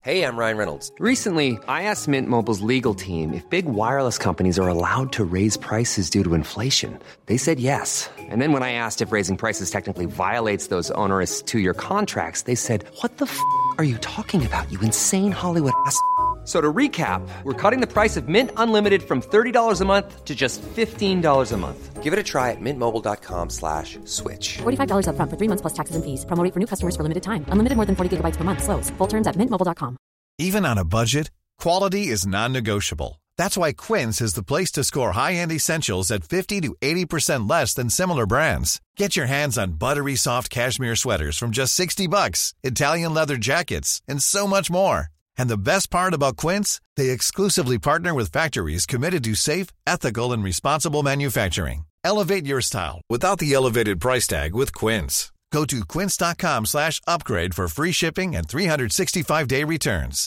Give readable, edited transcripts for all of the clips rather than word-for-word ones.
Hey, I'm Ryan Reynolds. Recently, I asked Mint Mobile's legal team if big wireless companies are allowed to raise prices due to inflation. They said yes. And then when I asked if raising prices technically violates those onerous two-year contracts, they said, "What the are you talking about, you insane Hollywood ass?" So to recap, we're cutting the price of Mint Unlimited from $30 a month to just $15 a month. Give it a try at mintmobile.com/switch. $45 up front for 3 months plus taxes and fees. Promo rate for new customers for limited time. Unlimited more than 40 gigabytes per month slows. Full terms at mintmobile.com. Even on a budget, quality is non-negotiable. That's why Quince is the place to score high-end essentials at 50 to 80% less than similar brands. Get your hands on buttery soft cashmere sweaters from just $60, Italian leather jackets, and so much more. And the best part about Quince, they exclusively partner with factories committed to safe, ethical, and responsible manufacturing. Elevate your style without the elevated price tag with Quince. Go to quince.com/upgrade for free shipping and 365-day returns.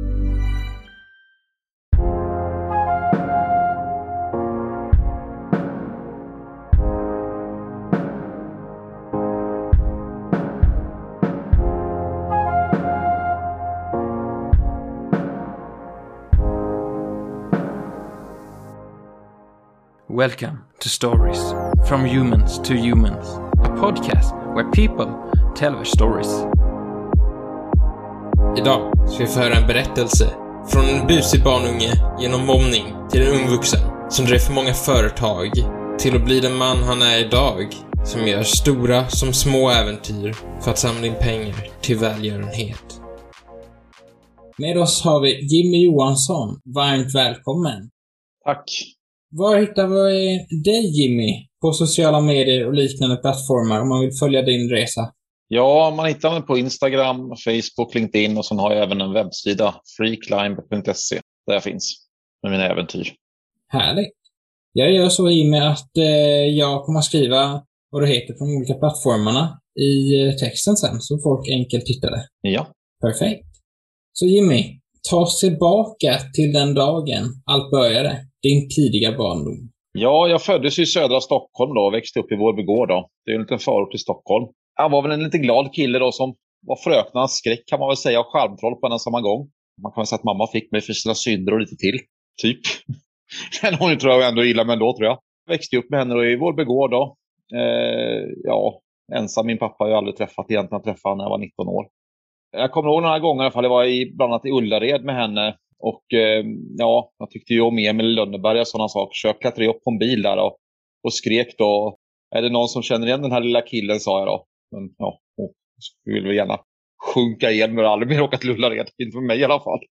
Welcome to Stories from Humans to Humans, a podcast where people tell their stories. Idag ska vi få höra en berättelse från en busig barnunge genom mobbning till en ung vuxen som drev för många företag till att bli den man han är idag, som gör stora som små äventyr för att samla in pengar till välgörenhet. Med oss har vi Jimmy Johansson. Varmt välkommen. Tack. Var hittar vi dig, Jimmy, på sociala medier och liknande plattformar om man vill följa din resa? Ja, man hittar mig på Instagram, Facebook, LinkedIn och sen har jag även en webbsida, freeclimb.se, där jag finns med mina äventyr. Härligt. Jag gör så, Jimmy, att jag kommer att skriva vad du heter på de olika plattformarna i texten sen, så folk enkelt hittar det. Ja. Perfekt. Så Jimmy, ta oss tillbaka till den dagen allt började. Din tidiga barndom. Ja, jag föddes i södra Stockholm då och växte upp i Vårbygård då. Det är en liten förort till Stockholm. Jag var väl en lite glad kille då som var fröknarnas skräck kan man väl säga, och charmtroll på en samma gång. Man kan väl säga att mamma fick mig för sina synder och lite till, typ. Men hon tror jag ändå illa, men då tror jag. Jag växte upp med henne då i Vårbygård då. Ja, ensam. Min pappa har jag aldrig träffat egentligen. Jag träffade när jag var 19 år. Jag kommer ihåg några gånger i alla fall. Jag var bland annat i Ullared med henne. Och ja, jag tyckte ju om Emil Lönneberg och sådana saker. Så jag klättrade upp på en bil där och skrek då. Är det någon som känner igen den här lilla killen, sa jag då. Men ja, jag vill väl gärna sjunka igen, men aldrig mer åka till Ullared. Inte för mig i alla fall.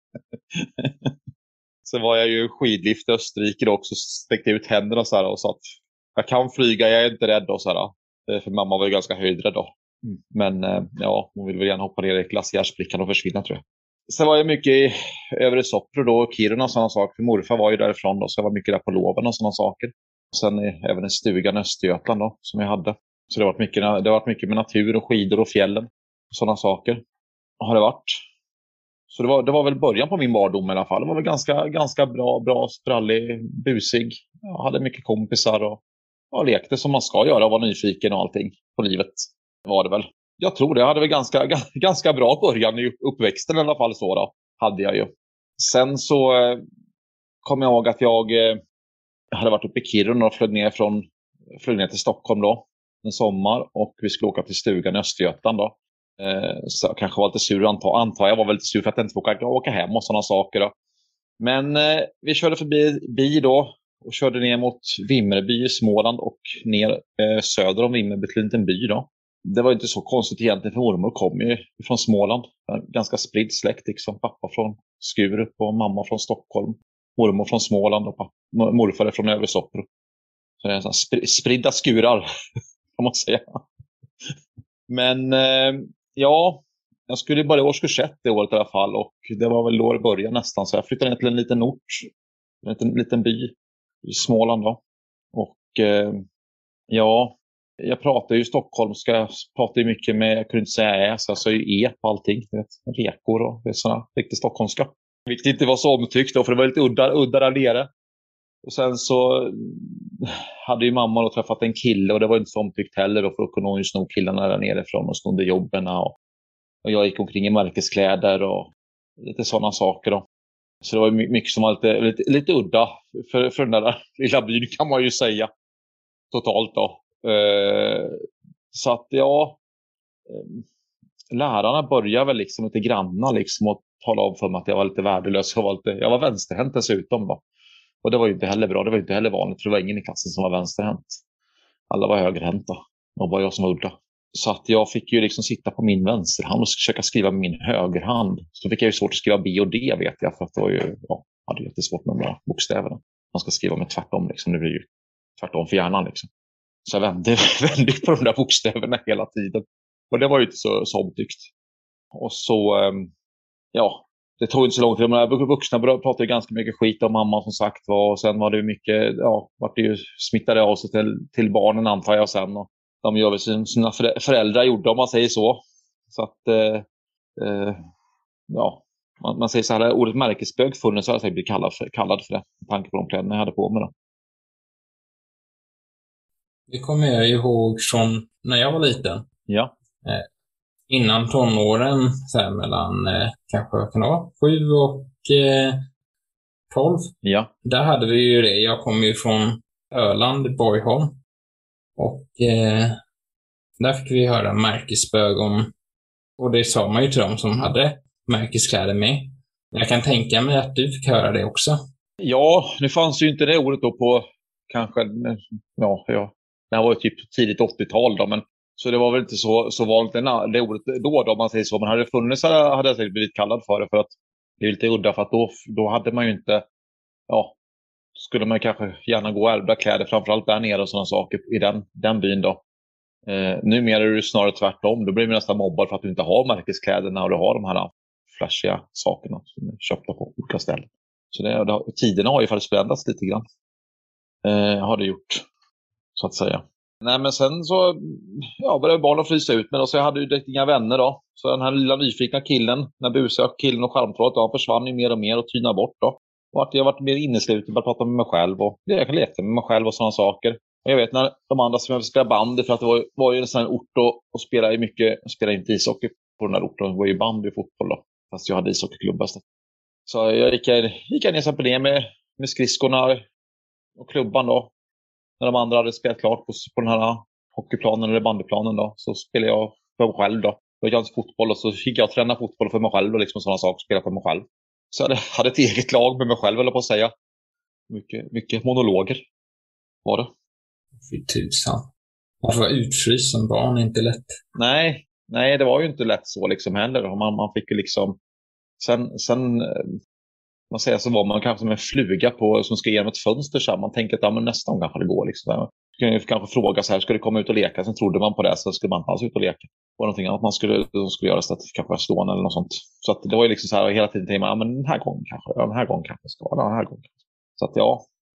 Sen var jag ju skidlift i Österrike då också. Stäckte ut händerna så här och sa att jag kan flyga, jag är inte rädd då, så här. För mamma var ju ganska höjdrädd då. Men ja, hon vill väl gärna hoppa ner i glaciärsbrickan och försvinna, tror jag. Sen var jag mycket i övre Soppro då, Kiruna och sådana saker. För morfar var ju därifrån då, så jag var mycket där på loven och sådana saker. Sen även en stugan i Östergötland då, som jag hade. Så det har varit mycket med natur och skidor och fjällen och sådana saker. Har det varit. Så det var väl början på min barndom i alla fall. Det var väl ganska bra, sprallig, busig. Jag hade mycket kompisar och lekte som man ska göra och var nyfiken och allting på livet. Var det väl. Jag tror det. Jag hade väl ganska bra början i uppväxten i alla fall, så då. Hade jag ju. Sen så kom jag ihåg att jag hade varit uppe i Kiruna och flög ner till Stockholm då. En sommar, och vi skulle åka till stugan i Östergötland då. Så jag kanske var lite sur, antar jag var väl lite sur för att jag inte fick åka hem och sådana saker då. Men vi körde förbi då och körde ner mot Vimmerby i Småland och ner söder om Vimmerby till en liten by då. Det var inte så konstigt egentligen, för mormor kom ju från Småland. Ganska spridd släkt liksom. Pappa från Skurup och mamma från Stockholm. Mormor från Småland och morfar från Övre Soppro. Så det är en spridda skurar, kan man säga. Men ja, jag skulle börja årskurs 1 det året i alla fall. Och det var väl då det började nästan. Så jag flyttade ner till en liten ort. En liten by i Småland då. Och ja, jag pratar ju stockholmska. Jag pratar ju mycket med, jag kunde inte säga så jag sa ju på allting. Rekor och det är sådana riktigt stockholmska. Vilket inte var så omtyckt då, för det var lite udda där nere. Och sen så hade ju mamma då träffat en kille, och det var inte så omtyckt heller då, för då kunde hon ju sno killarna där nerifrån och stå under jobben. Och jag gick omkring i märkeskläder och Lite sådana saker då. Så det var mycket som var lite udda för den där lilla byn, kan man ju säga. Totalt då. Så att lärarna började väl liksom lite granna liksom och tala om för mig att jag var lite värdelös. Jag var vänsterhänt dessutom då. Och det var ju inte heller bra, det var ju inte heller vanligt, för det var ingen i klassen som var vänsterhänt. Alla var högerhänta. Det var jag som var udda. Så att jag fick ju liksom sitta på min vänsterhand och försöka skriva med min högerhand. Så fick jag ju svårt att skriva B och D, vet jag, för att det var ju, hade jättesvårt med de där bokstäverna. Man ska skriva med tvärtom liksom, det blir ju tvärtom för hjärnan liksom. Så jag vände på de där bokstäverna hela tiden. Och det var ju inte så omtyckt. Och så, det tog inte så lång tid. De här vuxna pratade ju ganska mycket skit om mamma som sagt var. Och sen var det ju mycket, vart det ju smittade av sig till barnen, antar jag sen. Och de gör väl sina föräldrar gjorde, om man säger så. Så att, man säger så här, ordet märkesbög funnits, så hade jag blivit kallad för det. Med tanke på de kläderna jag hade på mig då. Det kommer jag ihåg från när jag var liten. Ja. Innan tonåren, så här mellan kanske 7 och 12. Ja. Där hade vi ju det. Jag kom ju från Öland, Borgholm. Och där fick vi höra märkesbög om. Och det sa man ju till dem som hade märkeskläder med. Jag kan tänka mig att du fick höra det också. Ja, nu fanns ju inte det ordet då på kanske, det här var ju typ tidigt 80-tal då, men så det var väl inte så vanligt det ordet då om man säger så. Men hade det funnits så hade jag säkert blivit kallad för det, för att det är lite udda, för att då hade man ju inte, skulle man kanske gärna gå och ärvda kläder, framförallt där nere och sådana saker i den byn då. Numera är det snarare tvärtom. Då blir man nästan mobbad för att du inte har märkeskläderna och du har de här flashiga sakerna som är köpta på olika ställen. Så tiderna har ju faktiskt förändrats lite grann. Har det gjort, så att säga. Nej, men sen så började barnen frysa ut. Men då, så jag hade ju direkt inga vänner då. Så den här lilla nyfikna killen, när busök killen och skärmtrollet, han försvann ju mer och mer och tynade bort då. Och att jag varit mer innesluten, bara prata med mig själv och jag kan leka med mig själv och sådana saker. Och jag vet när de andra som jag spelade bandy, för att det var ju en sån här ort och spelade mycket, spelade inte ishockey på den här orten, det var ju bandy och fotboll då. Fast jag hade ishockeyklubba istället. Så jag gick ner med skridskorna och klubban då. När de andra hade spelat klart på den här hockeyplanen eller bandyplanen då, så spelade jag för mig själv då. Jag gjorde fotboll och så gick jag och tränade fotboll för mig själv och liksom sådana saker, spelade för mig själv. Så jag hade ett eget lag med mig själv, eller på att säga. Mycket monologer var det. Fy tusan. Att vara utfrysen barn är inte lätt. Nej, det var ju inte lätt så liksom heller. Man fick ju liksom... Sen man säger så var man kanske som en fluga som ska genom ett fönster, så man tänker att men nästa gång kanske det går liksom. Kanske fråga så här, ska det komma ut och leka? Sen trodde man på det, så skulle man inte alls ut och leka. Och någonting annat man skulle göra istället, kanske stående eller något sånt. Så att det var ju liksom så här, hela tiden tänkte man, men den här gången kanske ska, den här gången. Så att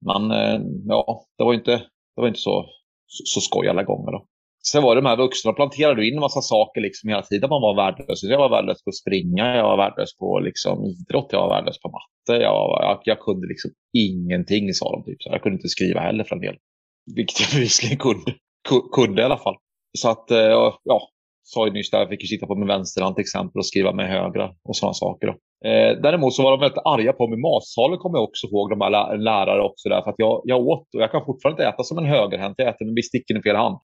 det var inte så skoj alla gånger då. Sen var det de här vuxna, planterade in en massa saker liksom hela tiden. Man var värdelös. Jag var värdelös på att springa, jag var värdelös på liksom idrott, jag var värdelös på matte. Jag kunde liksom ingenting, sa de typ. Så jag kunde inte skriva heller för en del. Vilket jag bevisligen kunde i alla fall. Så att, sa ju nyss där, jag fick ju sitta på min vänsterhand till exempel och skriva med högra och sådana saker då. Däremot så var de väldigt arga på mig i matsalen, kommer jag också ihåg, de här lärare också där. För att jag åt, och jag kan fortfarande inte äta som en högerhänt, jag äter med besticken i fel hand.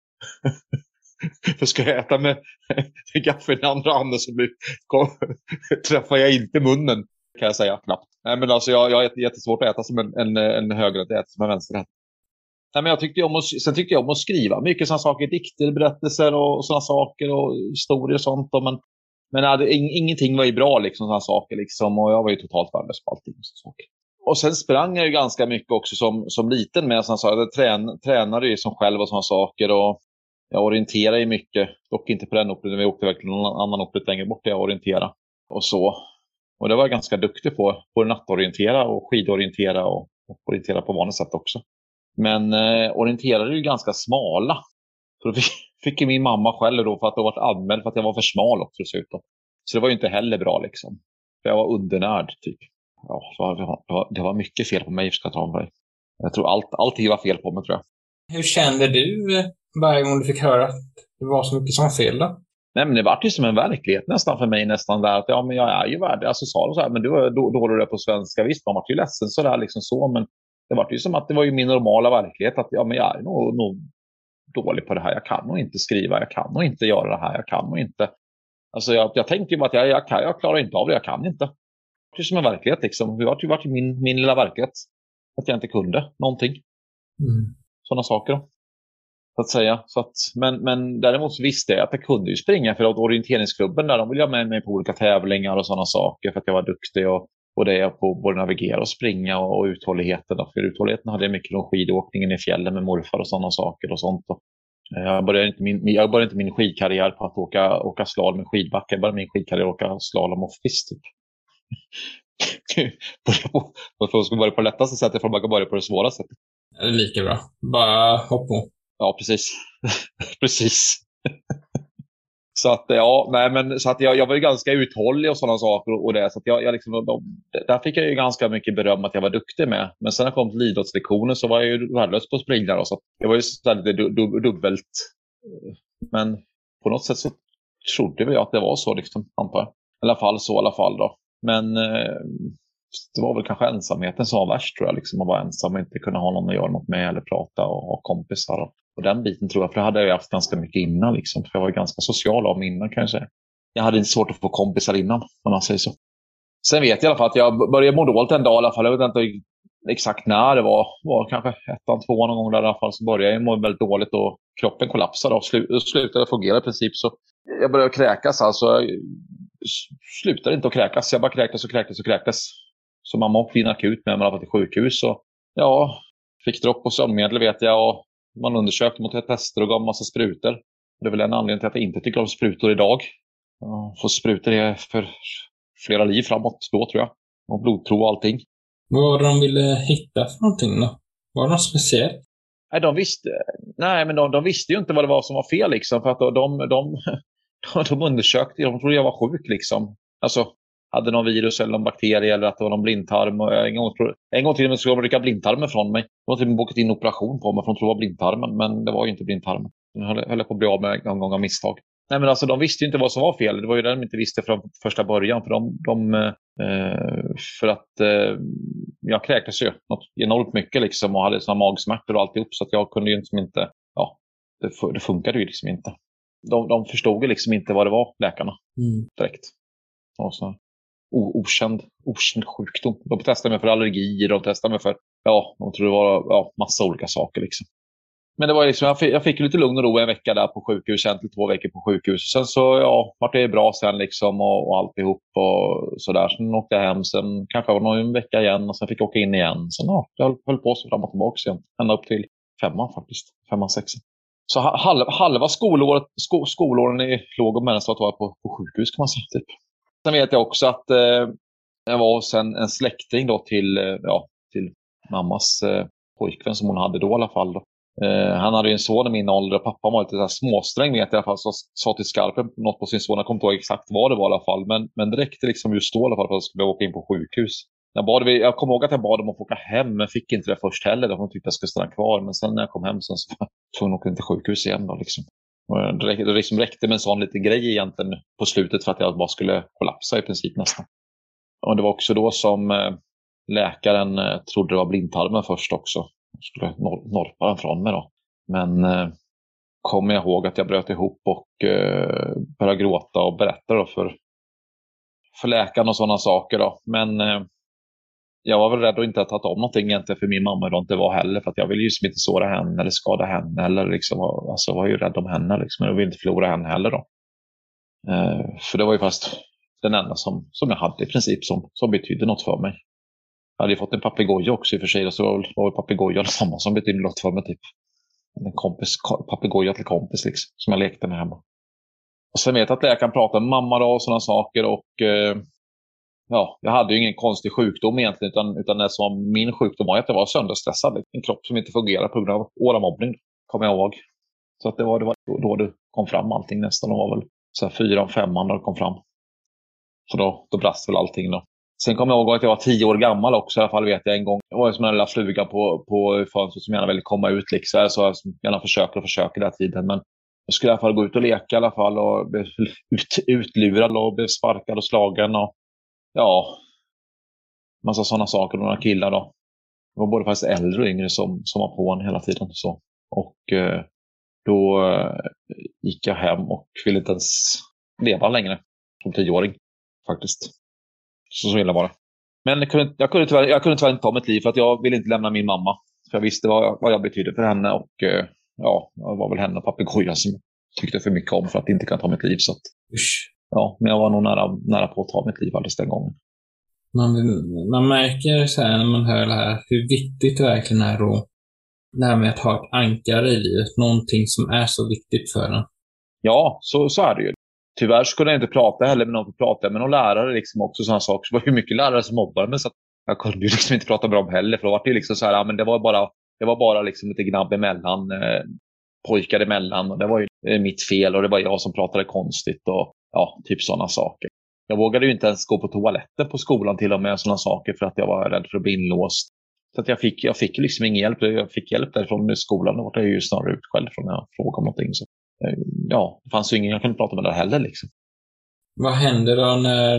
För ska jag äta med gaffeln i andra handen så träffar jag inte munnen, kan jag säga knappt. Nej, men alltså jag är jättesvårt att äta som en högerhänt, jag äter som en vänsterhänt. Nej, men sen tyckte jag om att skriva mycket sådana saker, dikter, berättelser och sådana saker och historier och sånt. Men ingenting var ju bra liksom, sådana saker liksom, och jag var ju totalt värdelös på allting och sådana saker. Och sen sprang jag ju ganska mycket också som liten med sådana saker. Jag tränade ju som själv och sådana saker, och jag orienterade ju mycket. Dock inte på den orten, vi åkte verkligen någon annan ort lite längre bort där jag orienterade och så. Och det var jag ganska duktig på, både nattorientera och skidorientera och orientera på vanligt sätt också. Men orienterade ju ganska smala. Så då fick ju min mamma själv då, för att det var anmäld för att jag var för smal också dessutom. Så det var ju inte heller bra liksom. För jag var undernärd typ. Ja, det var mycket fel på mig, ska jag ta mig. Jag tror allting var fel på mig, tror jag. Hur kände du varje gång du fick höra att det var så mycket som fel då? Nej, men det var ju som en verklighet nästan för mig nästan där. Att ja, men jag är ju värd. Alltså sa de så här, men du är dålig på svenska. Visst, man var ju ledsen sådär liksom så. Men det var ju som att det var ju min normala verklighet. Att ja, men jag är nog dålig på det här. Jag kan nog inte skriva. Jag kan nog inte göra det här. Jag kan nog inte. Alltså jag tänkte ju att jag klarar inte av det. Jag kan inte. Det är som en verklighet liksom. Det har ju varit min lilla verklighet. Att jag inte kunde någonting. Sådana saker då. Så att säga. Så att, men däremot så visste jag att jag kunde ju springa för att orienteringsklubben där, de ville ha med mig på olika tävlingar och sådana saker för att jag var duktig och det på både navigera och springa och uthålligheten. För uthålligheten hade jag mycket från skidåkningen i fjällen med morfar och sådana saker och sånt. Jag började inte min skidkarriär på att åka slalom med skidbacke. Jag började min skidkarriär åka slalom off-pist typ. För att börja på det lättaste sättet för att man kan börja på det svåra sättet. Det är lika bra. Bara hopp på. Ja, precis. Precis. Så att ja, nej men så att jag var ju ganska uthållig och sådana saker och det så att jag liksom där fick jag ju ganska mycket beröm att jag var duktig med. Men sen när jag kom till idrottslektioner så var jag ju värdelös på att springa så att det var ju så lite dubbelt. Men på något sätt så trodde vi att det var så liksom, antar jag. I alla fall då. Men det var väl kanske ensamheten som var värst tror jag. Liksom, att vara ensam och inte kunna ha någon att göra något med eller prata och ha kompisar. Och den biten tror jag, för det hade jag haft ganska mycket innan. Liksom, för jag var ganska social av mig innan kan jag säga. Jag hade inte svårt att få kompisar innan, om man säger så. Sen vet jag i alla fall att jag började må dåligt en dag i alla fall. Jag vet inte exakt när det var kanske 1, 2 någon gång där i alla fall. Så började jag må väldigt dåligt och kroppen kollapsade och slutade fungera i princip. Så jag började kräkas alltså. Jag slutade inte att kräkas. Jag bara kräktes. Så mamma åkte in akut med mig till sjukhus. Och ja, fick dropp på sömnmedel vet jag. Och man undersökte mot tester och gav massa sprutor. Det är väl en anledning till att jag inte tycker om sprutor idag. Få sprutor är för flera liv framåt då tror jag. Och blodprov och allting. Vad var det de ville hitta för någonting då? Var det något speciellt? Nej, de visste ju inte vad det var som var fel liksom. För att de undersökte, de trodde jag var sjuk liksom. Alltså, hade någon virus eller någon bakterie eller att det var någon blindtarm. Och en gång till och med skulle de rycka blindtarmen från mig. De har till och med bokat in operation på mig för de trodde det var blindtarmen. Men det var ju inte blindtarmen. Den höll på att bli av med en gång av misstag. Nej men alltså de visste ju inte vad som var fel. Det var ju det de inte visste från första början. För att jag kräktes ju något enormt mycket liksom. Och hade såna magsmärtor och alltihop. Så att jag kunde ju inte, ja det funkade ju liksom inte. De förstod ju liksom inte vad det var, läkarna. Direkt. Och så okänd sjukdom. De testade mig för allergier, de testade mig för, de tror det var massa olika saker liksom. Men det var liksom, jag fick lite lugn och ro en vecka där på sjukhus, 1 till 2 veckor på sjukhus. Sen så, vart det bra sen liksom och alltihop och sådär. Sen åkte jag hem, sen kanske var någon vecka igen och sen fick jag åka in igen. Sen jag höll på så fram och tillbaka igen. Ända upp till 5:an faktiskt, 5:an, 6:an. Så halva skolåren i låg- och mellanstadiet var på sjukhus kan man säga typ. Sen vet jag också att jag var hos en släkting då till mammas pojkvän som hon hade då i alla fall. Då. Han hade ju en son i min ålder och pappa var lite så här småsträng vet jag i alla fall. Så sa till skarpen något på sin son. Jag kommer inte ihåg exakt vad det var i alla fall. Men det räckte liksom just då i alla fall för att jag skulle åka in på sjukhus. Jag kommer ihåg att jag bad om att få åka hem men fick inte det först heller. För de tyckte jag skulle stanna kvar. Men sen när jag kom hem så var jag tvungen att åka in till sjukhus igen då liksom. Det liksom räckte med en sån liten grej egentligen på slutet för att jag bara skulle kollapsa i princip nästan. Och det var också då som läkaren trodde det var blindtarmen först också. Jag skulle norpa den från mig då. Men kom jag ihåg att jag bröt ihop och började gråta och berätta då för läkaren och sådana saker då. Men jag var väl rädd att inte ha tagit om någonting egentligen för min mamma då inte var heller. För att jag ville ju inte såra henne eller skada henne. Eller liksom, alltså jag var ju rädd om henne liksom. Jag ville inte förlora henne heller då. För det var ju fast den enda som jag hade i princip som betydde något för mig. Jag hade ju fått en papegoja också i och för sig. Så var det papegoja och mamma som betydde något för mig typ. En papegoja till kompis liksom. Som jag lekte med hemma. Och sen vet jag att läkaren pratade med mamma då och sådana saker. Och jag hade ju ingen konstig sjukdom egentligen. Utan det som min sjukdom var att jag var sönderstressad. En kropp som inte fungerar på grund av åramobbning. Kommer jag ihåg. Så att det var då det kom fram allting nästan. Det var väl så här 4 5 när det kom fram. Så då brast väl allting då. Sen kommer jag ihåg att jag var 10 år gammal också. I alla fall vet jag en gång. Jag var ju som en lilla fluga på fönstret som gärna ville komma ut. Liksom. Så jag gärna försöker den här tiden. Men Jag skulle i alla fall gå ut och leka i alla fall och blev utlurad och blev sparkad och slagen och ja, massa sådana saker. Några killar då. Det var både faktiskt äldre och yngre som var på en hela tiden. Så. Och då gick jag hem och ville inte ens leva längre som 10-åring faktiskt. Så illa var det. Men jag kunde tyvärr inte ta mitt liv för att jag ville inte lämna min mamma. För jag visste vad jag betydde för henne och ja, det var väl henne och papegoja som jag tyckte för mycket om för att inte kunna ta mitt liv. Så att, ja, men jag var nog nära på att ta mitt liv alldeles den gången. Man märker så här när man hör det här hur viktigt det verkligen är då, det här med att ha ett ankare i livet, någonting som är så viktigt för en. Ja, så är det ju. Tyvärr skulle jag inte prata heller med någon, prata med någon lärare liksom också sådana saker. Det var ju mycket lärare som mobbade mig så att jag kunde ju liksom inte prata bra om heller. För då var det ju liksom så här, ja, men det var bara liksom lite gnabb emellan, pojkar emellan. Och det var ju mitt fel och det var jag som pratade konstigt och ja, typ sådana saker. Jag vågade ju inte ens gå på toaletten på skolan till och med sådana saker för att jag var rädd för att bli inlåst. Så att jag fick liksom ingen hjälp. Jag fick hjälp därifrån i skolan. Då var jag ju snarare utskälld från när jag frågade om någonting. Så, ja, det fanns ju ingen jag kunde prata med där heller liksom. Vad hände då när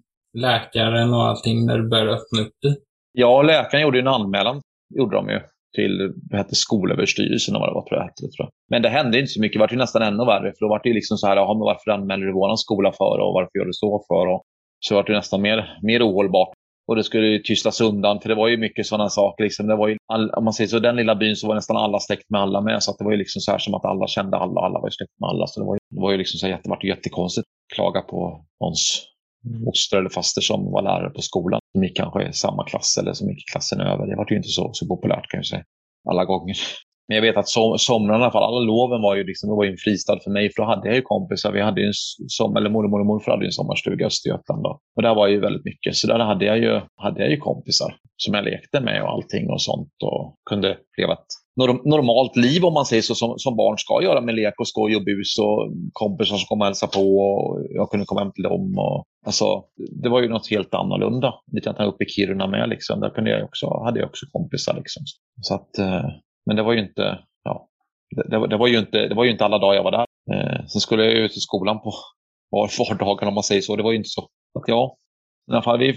läkaren och allting, när du började öppna upp det? Ja, läkaren gjorde ju en anmälan. Gjorde de ju till skolöverstyrelsen och vad det var, tror jag. Men det hände inte så mycket. Det var ju nästan ännu värre. För då var det ju liksom så här, men varför anmäler du våran skola för och varför gör du så för? Och så var det ju nästan mer ohållbart. Och det skulle ju tystas undan, för det var ju mycket sådana saker. Liksom. Det var ju om man säger så, den lilla byn så var nästan alla släkt med alla med. Så att det var ju liksom så här som att alla kände alla var ju släkt med alla. Så det var ju liksom så här, det var jättekonstigt att klaga på någons moster eller faster som var lärare på skolan. Som gick kanske i samma klass eller som gick i klassen över. Det var ju inte så populärt kan jag säga. Alla gånger. Men jag vet att somrarna i alla fall, alla loven var ju liksom, det var ju en fristad för mig. För då hade jag ju kompisar. Vi hade ju mormor och morfar hade ju en sommarstuga i Östergötland då. Och där var ju väldigt mycket. Så där hade jag ju kompisar som jag lekte med och allting och sånt. Och kunde leva ett normalt liv om man säger så som barn ska göra med lek och skoj och bus och kompisar som kom och hälsa på och jag kunde komma hem till dem. Och, alltså, det var ju något helt annorlunda. Lite att uppe i Kiruna med liksom. Där hade jag också kompisar liksom. Så att... Men det var ju inte, ja, det var ju inte alla dagar jag var där. Sen skulle jag ut till skolan på vardagen om man säger så. Det var ju inte så. Att ja, i alla fall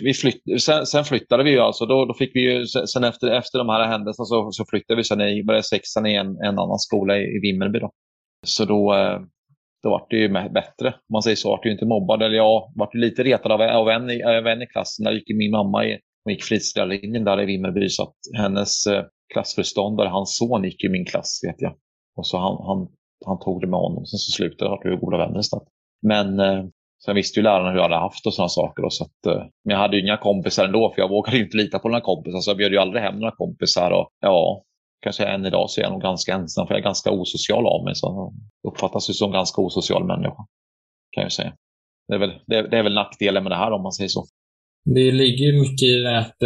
sen flyttade vi ju alltså. Då fick vi ju, sen efter de här händelserna så flyttade vi sen i började 6:an i en annan skola i Vimmerby då. Så då var det ju bättre. Om man säger så, var det ju inte mobbad. Eller jag var ju lite retad av en i klassen. Där gick min mamma och gick fritidslärarlinjen där i Vimmerby så att hennes klassförståndare, hans son gick i min klass vet jag. Och så han tog det med honom. Sen så slutade det, vi goda vänner istället. Men sen visste ju lärarna hur jag hade haft och sådana saker. Och så att, men jag hade ju inga kompisar ändå för jag vågade ju inte lita på några kompisar. Så jag bjöd ju aldrig hem några kompisar. Och ja, kanske än idag så är jag nog ganska ensam för jag är ganska osocial av mig. Så jag uppfattas ju som ganska osocial människa kan jag säga. Det är väl nackdelen med det här om man säger så. Det ligger ju mycket i det att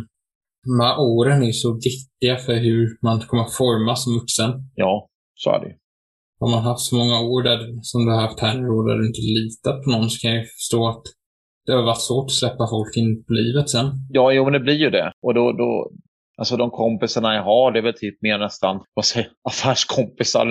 de här åren är så viktiga för hur man kommer att formas som vuxen. Ja, så är det. Om man har haft så många år som du har haft här och där du inte litar på någon så kan jag förstå att det har varit svårt att släppa folk in på livet sen. Ja, men det blir ju det. Och då alltså de kompisarna jag har, det är väl typ mer nästan affärskompisar.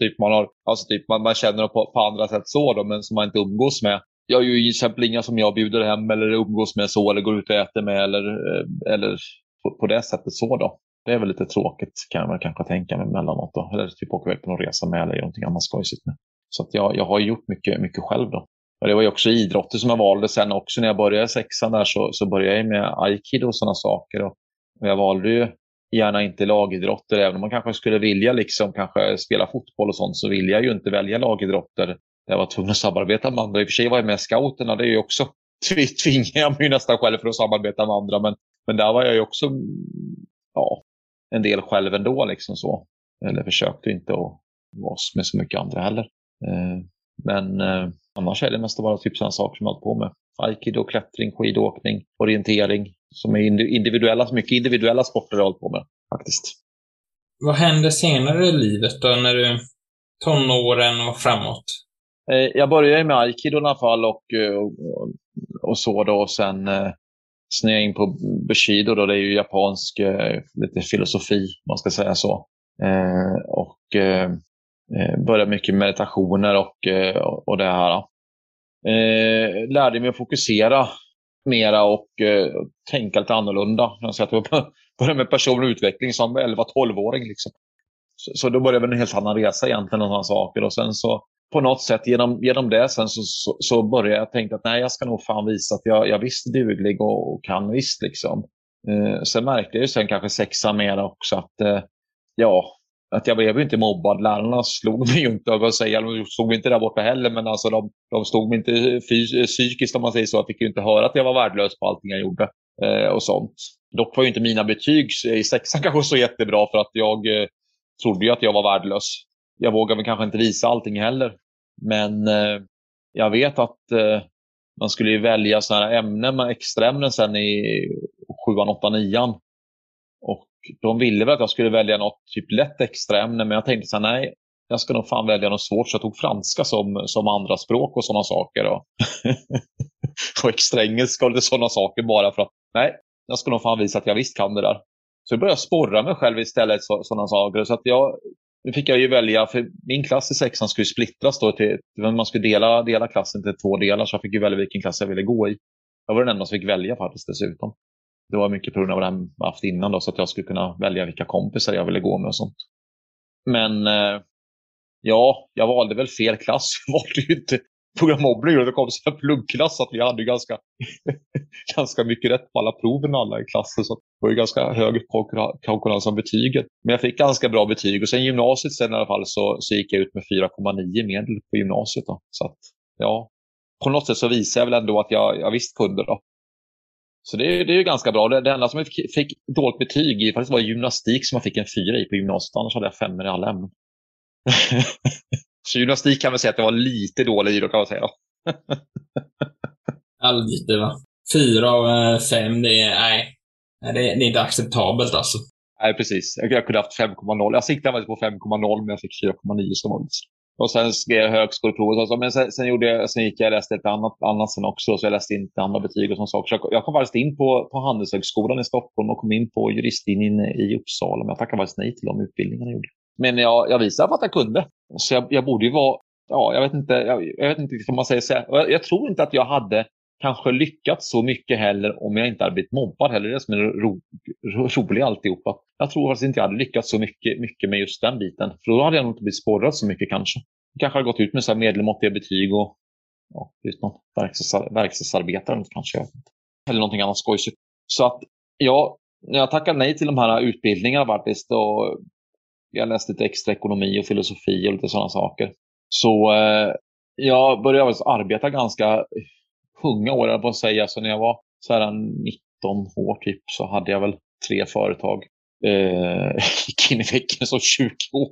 Man känner dem på andra sätt så då, men som man inte umgås med. Jag har ju till exempel inga som jag bjuder hem eller umgås med så eller går ut och äter med eller på det sättet så då. Det är väl lite tråkigt kan man kanske tänka mig mellanåt då. Eller typ åka iväg på någon resa med eller någonting annat skojsigt med. Så att jag har gjort mycket själv då. Och det var ju också idrotter som jag valde sen också när jag började i 6:an där så började jag med aikido och sådana saker. Och jag valde ju gärna inte lagidrotter även om man kanske skulle vilja liksom kanske spela fotboll och sånt så vill jag ju inte välja lagidrotter. Jag var tvungen att samarbeta med andra. I och för sig var jag med scouterna. Det är ju också tvingar jag mig nästan själv för att samarbeta med andra. Men där var jag ju också en del själv ändå liksom så. Eller försökte inte att vara med så mycket andra heller. Men annars är det mest bara typ sådana saker som jag har hållit på med. Aikido, klättring, skidåkning, orientering. Som är mycket individuella sporter jag har hållit på med faktiskt. Vad hände senare i livet då när du tonåren och framåt? Jag började med aikido i alla fall och så då. Och sen snöade jag in på bushido då. Det är ju japansk lite filosofi, man ska säga så. Och Började mycket meditationer och det här. Lärde mig att fokusera mera och tänka lite annorlunda. Jag började med personlig utveckling som 11-12-åring. Liksom. Så då började en helt annan resa egentligen. Och sådana saker. Och sen så på något sätt genom det sen så började jag tänka att nej, jag ska nog fan visa att jag visst är duglig och kan visst. Liksom. Sen märkte jag ju sen kanske 6:an mera också att jag blev ju inte mobbad. Lärarna slog mig ju inte, de slog mig inte där borta heller, men alltså de slog mig inte psykiskt om man säger så. Jag fick ju inte höra att jag var värdelös på allting jag gjorde och sånt. Dock var ju inte mina betyg i 6:an kanske så jättebra för att jag trodde ju att jag var värdelös. Jag vågade väl kanske inte visa allting heller. Men jag vet att man skulle ju välja sådana här ämnen med extra ämnen sen i 7:an, 8:an, 9:an. Och de ville väl att jag skulle välja något typ lätt extra ämne, men jag tänkte så här, nej, jag ska nog fan välja något svårt, så jag tog franska som andra språk och sådana saker. Och extra engelska och lite sådana saker bara för att, nej, jag ska nog fan visa att jag visst kan det där. Så jag började sporra mig själv istället sådana saker. Så att nu fick jag ju välja, för min klass i 6:an skulle splittras då man skulle dela klassen till 2 delar, så jag fick ju välja vilken klass jag ville gå i. Jag var den enda som fick välja faktiskt dessutom. Det var mycket på grund av vad jag haft innan då, så att jag skulle kunna välja vilka kompisar jag ville gå med och sånt. Men jag valde väl fel klass. Jag valde ju inte programmobbning, och det kom så en pluggklass att vi hade ju ganska mycket rätt på alla proven alla i klassen, så det var ju ganska hög konkurrens om betyget. Men jag fick ganska bra betyg, och sen gymnasiet sen i alla fall så gick jag ut med 4,9 medel på gymnasiet då. Så att på något sätt så visade jag väl ändå att jag visst kunde då. Så det är ju ganska bra. Det enda som jag fick dåligt betyg i faktiskt var gymnastik, som jag fick en 4 i på gymnasiet. Annars hade jag 5 i alla ämnen. Så gymnastik kan man säga att jag var lite dålig i då, kan man säga. Lite va? 4 av 5, det är inte acceptabelt alltså. Nej, precis. Jag kunde haft 5,0. Jag siktade på 5,0, men jag fick 4,9 som vanligt. Och sen skrev jag högskoleprovet. Men sen gick jag och läste ett annat sen också. Så jag läste in andra betyg och sånt saker. Så jag kom faktiskt in på Handelshögskolan i Stockholm och kom in på juristlinjen i Uppsala. Men jag tackade faktiskt nej till de utbildningarna jag gjorde. Men jag visade att jag kunde. Så jag borde ju vara... Ja, jag vet inte vad man säger så här. Jag tror inte att jag hade kanske lyckats så mycket heller om jag inte hade blivit mobbad heller. Det är det som är roligt alltihopa. Jag tror faktiskt inte jag hade lyckats så mycket med just den biten. För då hade jag nog inte blivit spårad så mycket kanske. Jag kanske hade gått ut med så här medelmåttiga betyg och just någon verkstadsarbetare kanske. Eller någonting annat skojsigt. Så att jag tackade nej till de här utbildningarna faktiskt. Och jag läste lite extra ekonomi och filosofi och lite sådana saker. Så jag började arbeta ganska unga år på att säga. Så när jag var så här 19 år typ så hade jag väl 3 företag. Gick in i väggen som 20 år.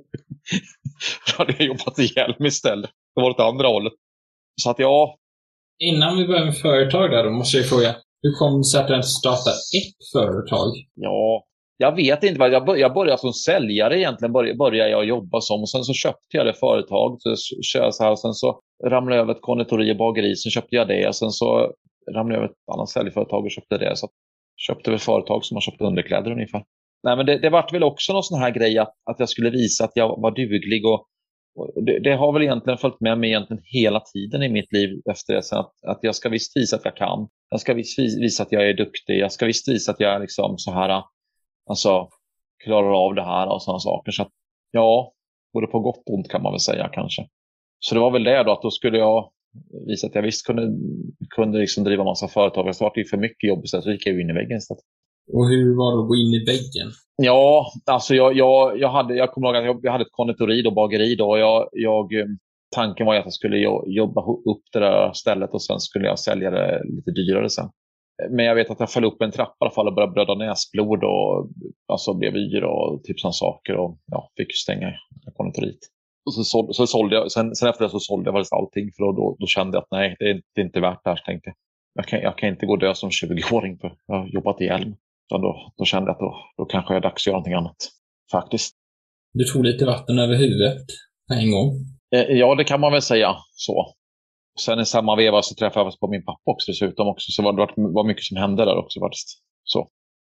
Då hade jag jobbat ihjäl mig istället. Det var åt andra hållet. Så att Innan vi börjar med företag där, då måste jag fråga. Hur kom det sig att du startade ett företag? Ja, jag vet inte. Jag började som säljare egentligen. Började jag jobba som. Och sen så köpte jag det företag. Sen så ramlade jag över ett konditori och bageri. Sen köpte jag det. Och sen så ramlade jag över ett annat säljföretag och köpte det. Så köpte väl företag som har köpt underkläder ungefär. Nej, men det var väl också någon sån här grej att jag skulle visa att jag var duglig. Och det har väl egentligen följt med mig egentligen hela tiden i mitt liv efter det. Så att jag ska visst visa att jag kan. Jag ska visst visa att jag är duktig. Jag ska visst visa att jag är liksom så här... Alltså, klarar av det här och sådana saker. Så att, både på gott och ont kan man väl säga kanske. Så det var väl det då, att då skulle jag visa att jag visst kunde liksom driva massa företag. Så var det ju för mycket jobb så gick jag in i väggen istället. Och hur var det att gå in i väggen? Ja, alltså jag kommer ihåg att jag hade ett konditori och bageri då. Tanken var att jag skulle jobba upp det där stället och sen skulle jag sälja det lite dyrare sen. Men jag vet att jag föll upp en trappa i alla fall och började blöda näsblod och alltså blev yr och typ sådana saker och fick stänga konditoriet. Och så sålde jag, sen efter det så sålde jag faktiskt allting för då kände jag att nej, det är inte värt det här, tänkte jag kan inte gå dö som 20-åring för jag har jobbat i Elm. Så då kände jag att då kanske är dags att göra någonting annat faktiskt. Du tog lite vatten över huvudet en gång? Ja, det kan man väl säga så. Sen i samma veva så träffade jag på min pappa också dessutom också. Så det var mycket som hände där också faktiskt. Så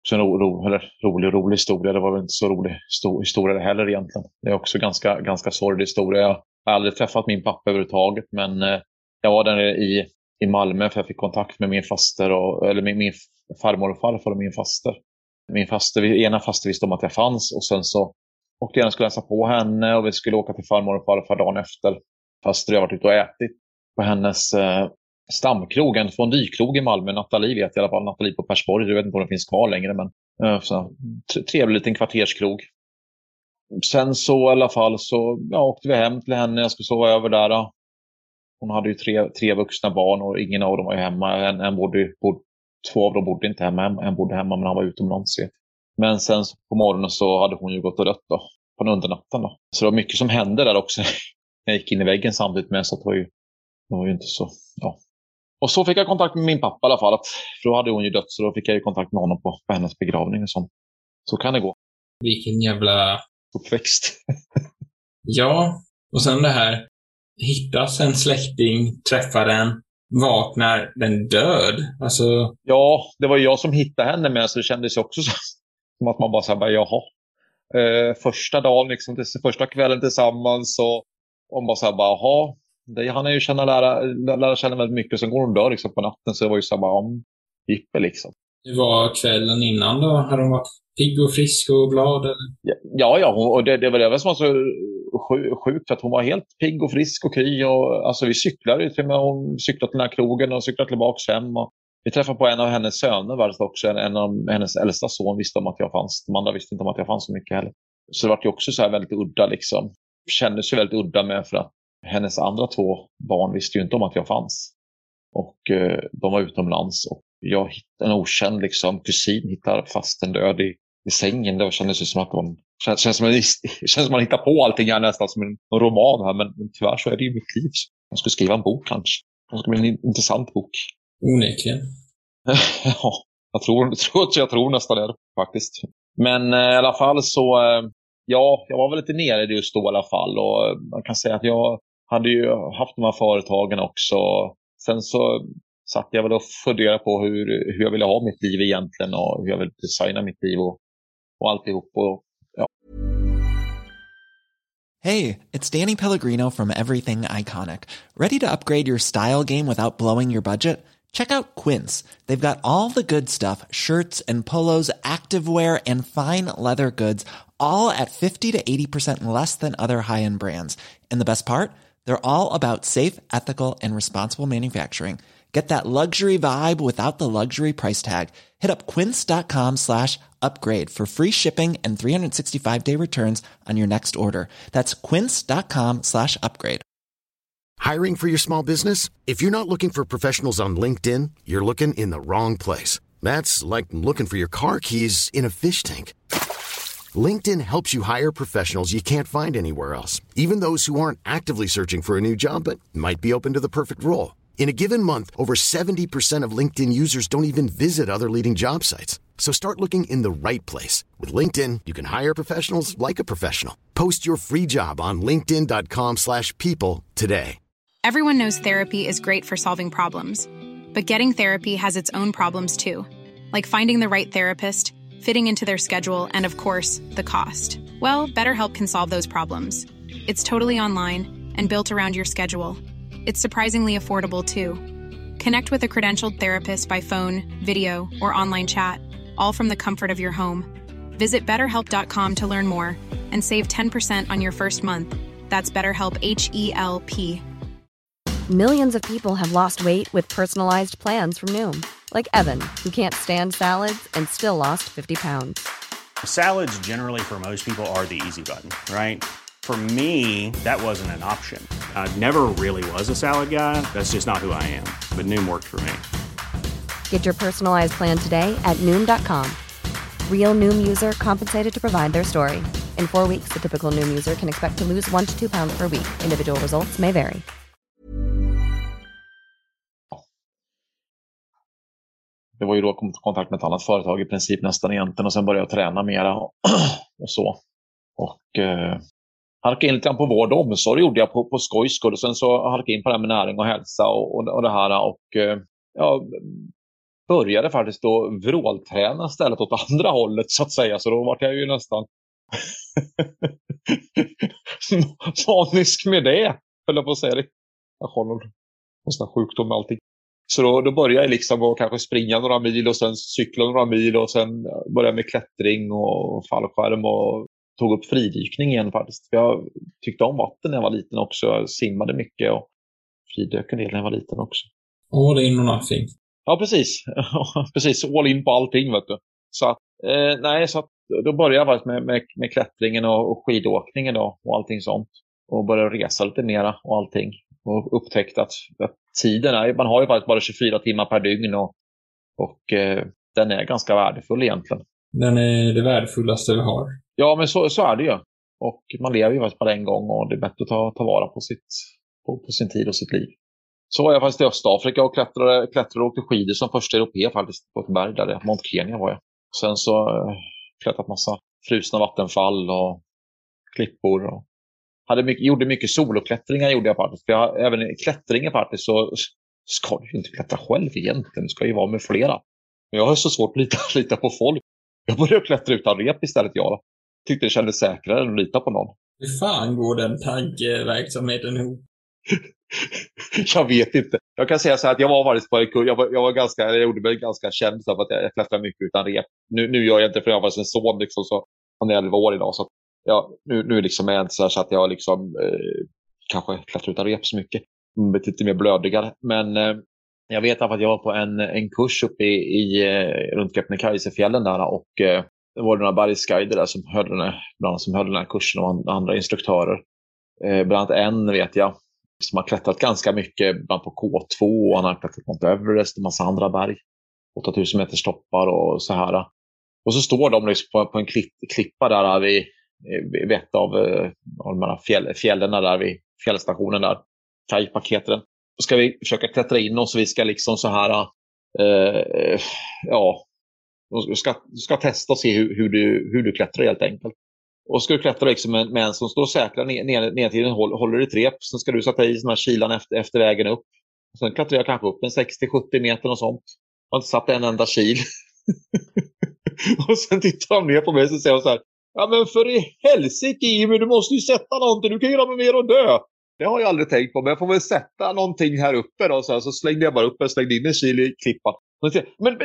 Så en rolig historia. Det var väl inte så rolig historia heller egentligen. Det är också ganska sorglig historia. Jag har aldrig träffat min pappa överhuvudtaget, men jag var där i Malmö för jag fick kontakt med min faster eller min farmor och farfar och min faster. Ena faster visste om att jag fanns, och sen så åkte jag och skulle hälsa på henne och vi skulle åka till farmor och farfar dagen efter. Faster jag varit ute och ätit på hennes stamkrog, en fondykrog i Malmö. Nathalie vet jag i alla fall, Nathalie på Persborg. Jag vet inte om det finns kvar längre, men trevlig liten kvarterskrog. Sen så i alla fall så åkte vi hem till henne. Jag skulle sova över där då. Hon hade ju tre vuxna barn och ingen av dem var ju hemma. Två av dem bodde inte hemma. En bodde hemma, men han var utomlands. Men sen så på morgonen så hade hon ju gått och dött då, på den undernatten då. Så det var mycket som hände där också. Jag gick in i väggen samtidigt med, så det var ju inte så, ja. Och så fick jag kontakt med min pappa i alla fall. För då hade hon ju dött, så då fick jag ju kontakt med honom på hennes begravning och sånt. Så kan det gå. Vilken jävla uppväxt. Ja, och sen det här. Hittas en släkting, träffar den, vaknar den död. Alltså... Ja, det var jag som hittade henne med, så det kändes också som att man bara sa, jaha. Första dagen, liksom, första kvällen tillsammans, så om bara så här, jaha. Han är ju lära känna väldigt mycket, så går hon dör liksom på natten, så det var ju så bara Jippe liksom. Det var kvällen innan då? Hade hon varit pigg och frisk och glad? Eller? Ja, och det var det som var så sjukt, att hon var helt pigg och frisk och kry. Och, alltså, vi cyklade ju till och med, hon cyklade till den här krogen och cyklade tillbaka hem. Och vi träffade på en av hennes söner, också en av hennes äldsta son visste om att jag fanns. De andra visste inte om att jag fanns så mycket heller. Så det var ju också så här väldigt udda liksom. Kändes ju väldigt udda med, för att hennes andra 2 barn visste ju inte om att jag fanns. Och de var utomlands. Och jag hittade en okänd liksom, kusin hittar fast en död i sängen. Det kändes ju som att känns som att man hittar på allting här, nästan som en roman här. Men tyvärr så är det ju mitt liv. Man skulle skriva en bok kanske. Det skulle bli en intressant bok. Onekligen. Ja, jag tror nästan det faktiskt. Men i alla fall så... Ja, jag var väl lite nere i det just då i alla fall. Och man kan säga att jag hade ju haft de här företagen också. Sen så satt jag väl och funderade på hur jag ville ha mitt liv egentligen. Och hur jag ville designa mitt liv och alltihop. Och, ja. Hey, it's Danny Pellegrino from Everything Iconic. Ready to upgrade your style game without blowing your budget? Check out Quince. They've got all the good stuff, shirts and polos, activewear and fine leather goods, all at 50 to 80% less than other high-end brands. And the best part? They're all about safe, ethical, and responsible manufacturing. Get that luxury vibe without the luxury price tag. Hit up quince.com/upgrade for free shipping and 365-day returns on your next order. That's quince.com/upgrade. Hiring for your small business? If you're not looking for professionals on LinkedIn, you're looking in the wrong place. That's like looking for your car keys in a fish tank. LinkedIn helps you hire professionals you can't find anywhere else, even those who aren't actively searching for a new job but might be open to the perfect role. In a given month, over 70% of LinkedIn users don't even visit other leading job sites. So start looking in the right place. With LinkedIn, you can hire professionals like a professional. Post your free job on linkedin.com/people today. Everyone knows therapy is great for solving problems. But getting therapy has its own problems too. Like finding the right therapist, fitting into their schedule, and of course, the cost. Well, BetterHelp can solve those problems. It's totally online and built around your schedule. It's surprisingly affordable too. Connect with a credentialed therapist by phone, video, or online chat, all from the comfort of your home. Visit BetterHelp.com to learn more and save 10% on your first month. That's BetterHelp, H-E-L-P. Millions of people have lost weight with personalized plans from Noom. Like Evan, who can't stand salads and still lost 50 pounds. Salads generally for most people are the easy button, right? For me, that wasn't an option. I never really was a salad guy. That's just not who I am. But Noom worked for me. Get your personalized plan today at Noom.com. Real Noom user compensated to provide their story. In 4 weeks, the typical Noom user can expect to lose 1 to 2 pounds per week. Individual results may vary. Det var ju då jag kom i kontakt med ett annat företag i princip nästan egentligen. Och sen började jag träna mera och så. Och halkade in lite på vård och omsorg gjorde jag på skojskull. Och sen så halkade jag in på det här med näring och hälsa och det här. Och ja, började faktiskt då vrålträna istället åt andra hållet så att säga. Så då var jag ju nästan manisk med det. Höll jag på att säga det. Jag har någon sån sjukdom med allting. Så då började jag liksom att kanske springa några mil och sen cykla några mil och sen började jag med klättring och fallskärm och tog upp fridykning igen faktiskt. Jag tyckte om vatten när jag var liten också. Jag simmade mycket och fridök en del när jag var liten också. All in och nothing. Ja, precis. Precis, all in på allting, vet du. Så att, så att då började jag med klättringen och skidåkningen då, och allting sånt. Och började resa lite mera och allting. Och upptäckte att tiden är, man har ju faktiskt bara 24 timmar per dygn och den är ganska värdefull egentligen. Den är det värdefullaste vi har. Ja, men så är det ju. Och man lever ju faktiskt bara en gång och det är bättre att ta vara på sin tid och sitt liv. Så var jag faktiskt i Östafrika och klättrade och åkte skidor som första europé faktiskt på ett berg där, Mount Kenya var jag. Sen så klättrat massa frusna vattenfall och klippor och gjorde mycket soloklättringar gjorde jag faktiskt. För även i klättringen faktiskt så ska du ju inte klättra själv egentligen. Du ska ju vara med flera. Men jag har så svårt att lita på folk. Jag började klättra utan rep istället jag då. Tyckte det kändes säkrare än att lita på någon. Hur fan går den tankeverksamheten ihop? Jag vet inte. Jag kan säga så här att jag var varit på en kurs. Jag gjorde mig ganska känd för att jag klättrar mycket utan rep. Nu gör jag inte för jag var en son liksom, så han är 11 år idag så att nu liksom är jag inte så att jag liksom kanske klättrar utan rep så mycket. Lite mer blödigare. Men jag vet att jag var på en kurs uppe runt Kebnekaise-fjällen där och det var några bergsguider där som höll den här kursen och andra instruktörer. Bland annat en vet jag som har klättrat ganska mycket bland på K2 och han har klättrat Mount Everest och massa andra berg. 8000 meters toppar och så här. Och så står de liksom på en klippa där vid ett av de här fjällen där vid fjällstationen där. Kajpaketen. Då ska vi försöka klättra in och så vi ska liksom så här ska testa och se hur du klättrar helt enkelt. Och ska du klättra liksom med en som står säkra ner till den, håller ett rep. Sen ska du sätta i såna här kilan efter vägen upp. Och sen klättrar jag kanske upp en 60-70 meter och sånt. Jag har inte satt en enda kil. Och sen tittar de ner på mig och säger så här: ja men för i helsike Jimmy, du måste ju sätta någonting. Du kan ju göra mig mer och dö. Det har jag aldrig tänkt på, men jag får väl sätta någonting här uppe då. Så slängde jag bara upp och slängde in en kil i klippan. Men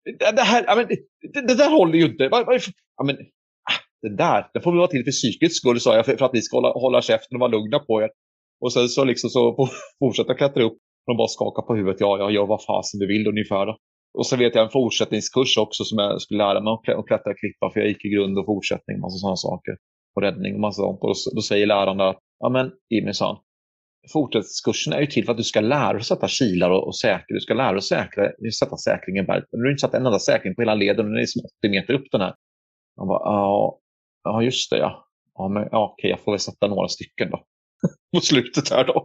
det där håller ju inte. Ja, men det får vi vara till för psykets skull, sa jag, för att vi ska hålla käften och vara lugna på er. Och sen så liksom så fortsätta klättra upp och bara skaka på huvudet. Ja, jag gör vad fasen du vill ungefär då. Och så vet jag en fortsättningskurs också som jag skulle lära mig att klättra klippa, för jag gick i grund och fortsättning, massa sådana saker. Och räddning och massa sånt. Och då säger läraren där, ja men Jimmy, sa han, fortsättningskursen är ju till för att du ska lära dig att sätta kilar och säkra. Du ska lära dig att sätta säkringen berg. Du har inte satt en enda säkring på hela leden, den är som 80 meter upp den här. Han bara, ja just det ja. Ja men okej, jag får väl sätta några stycken då. På slutet här då.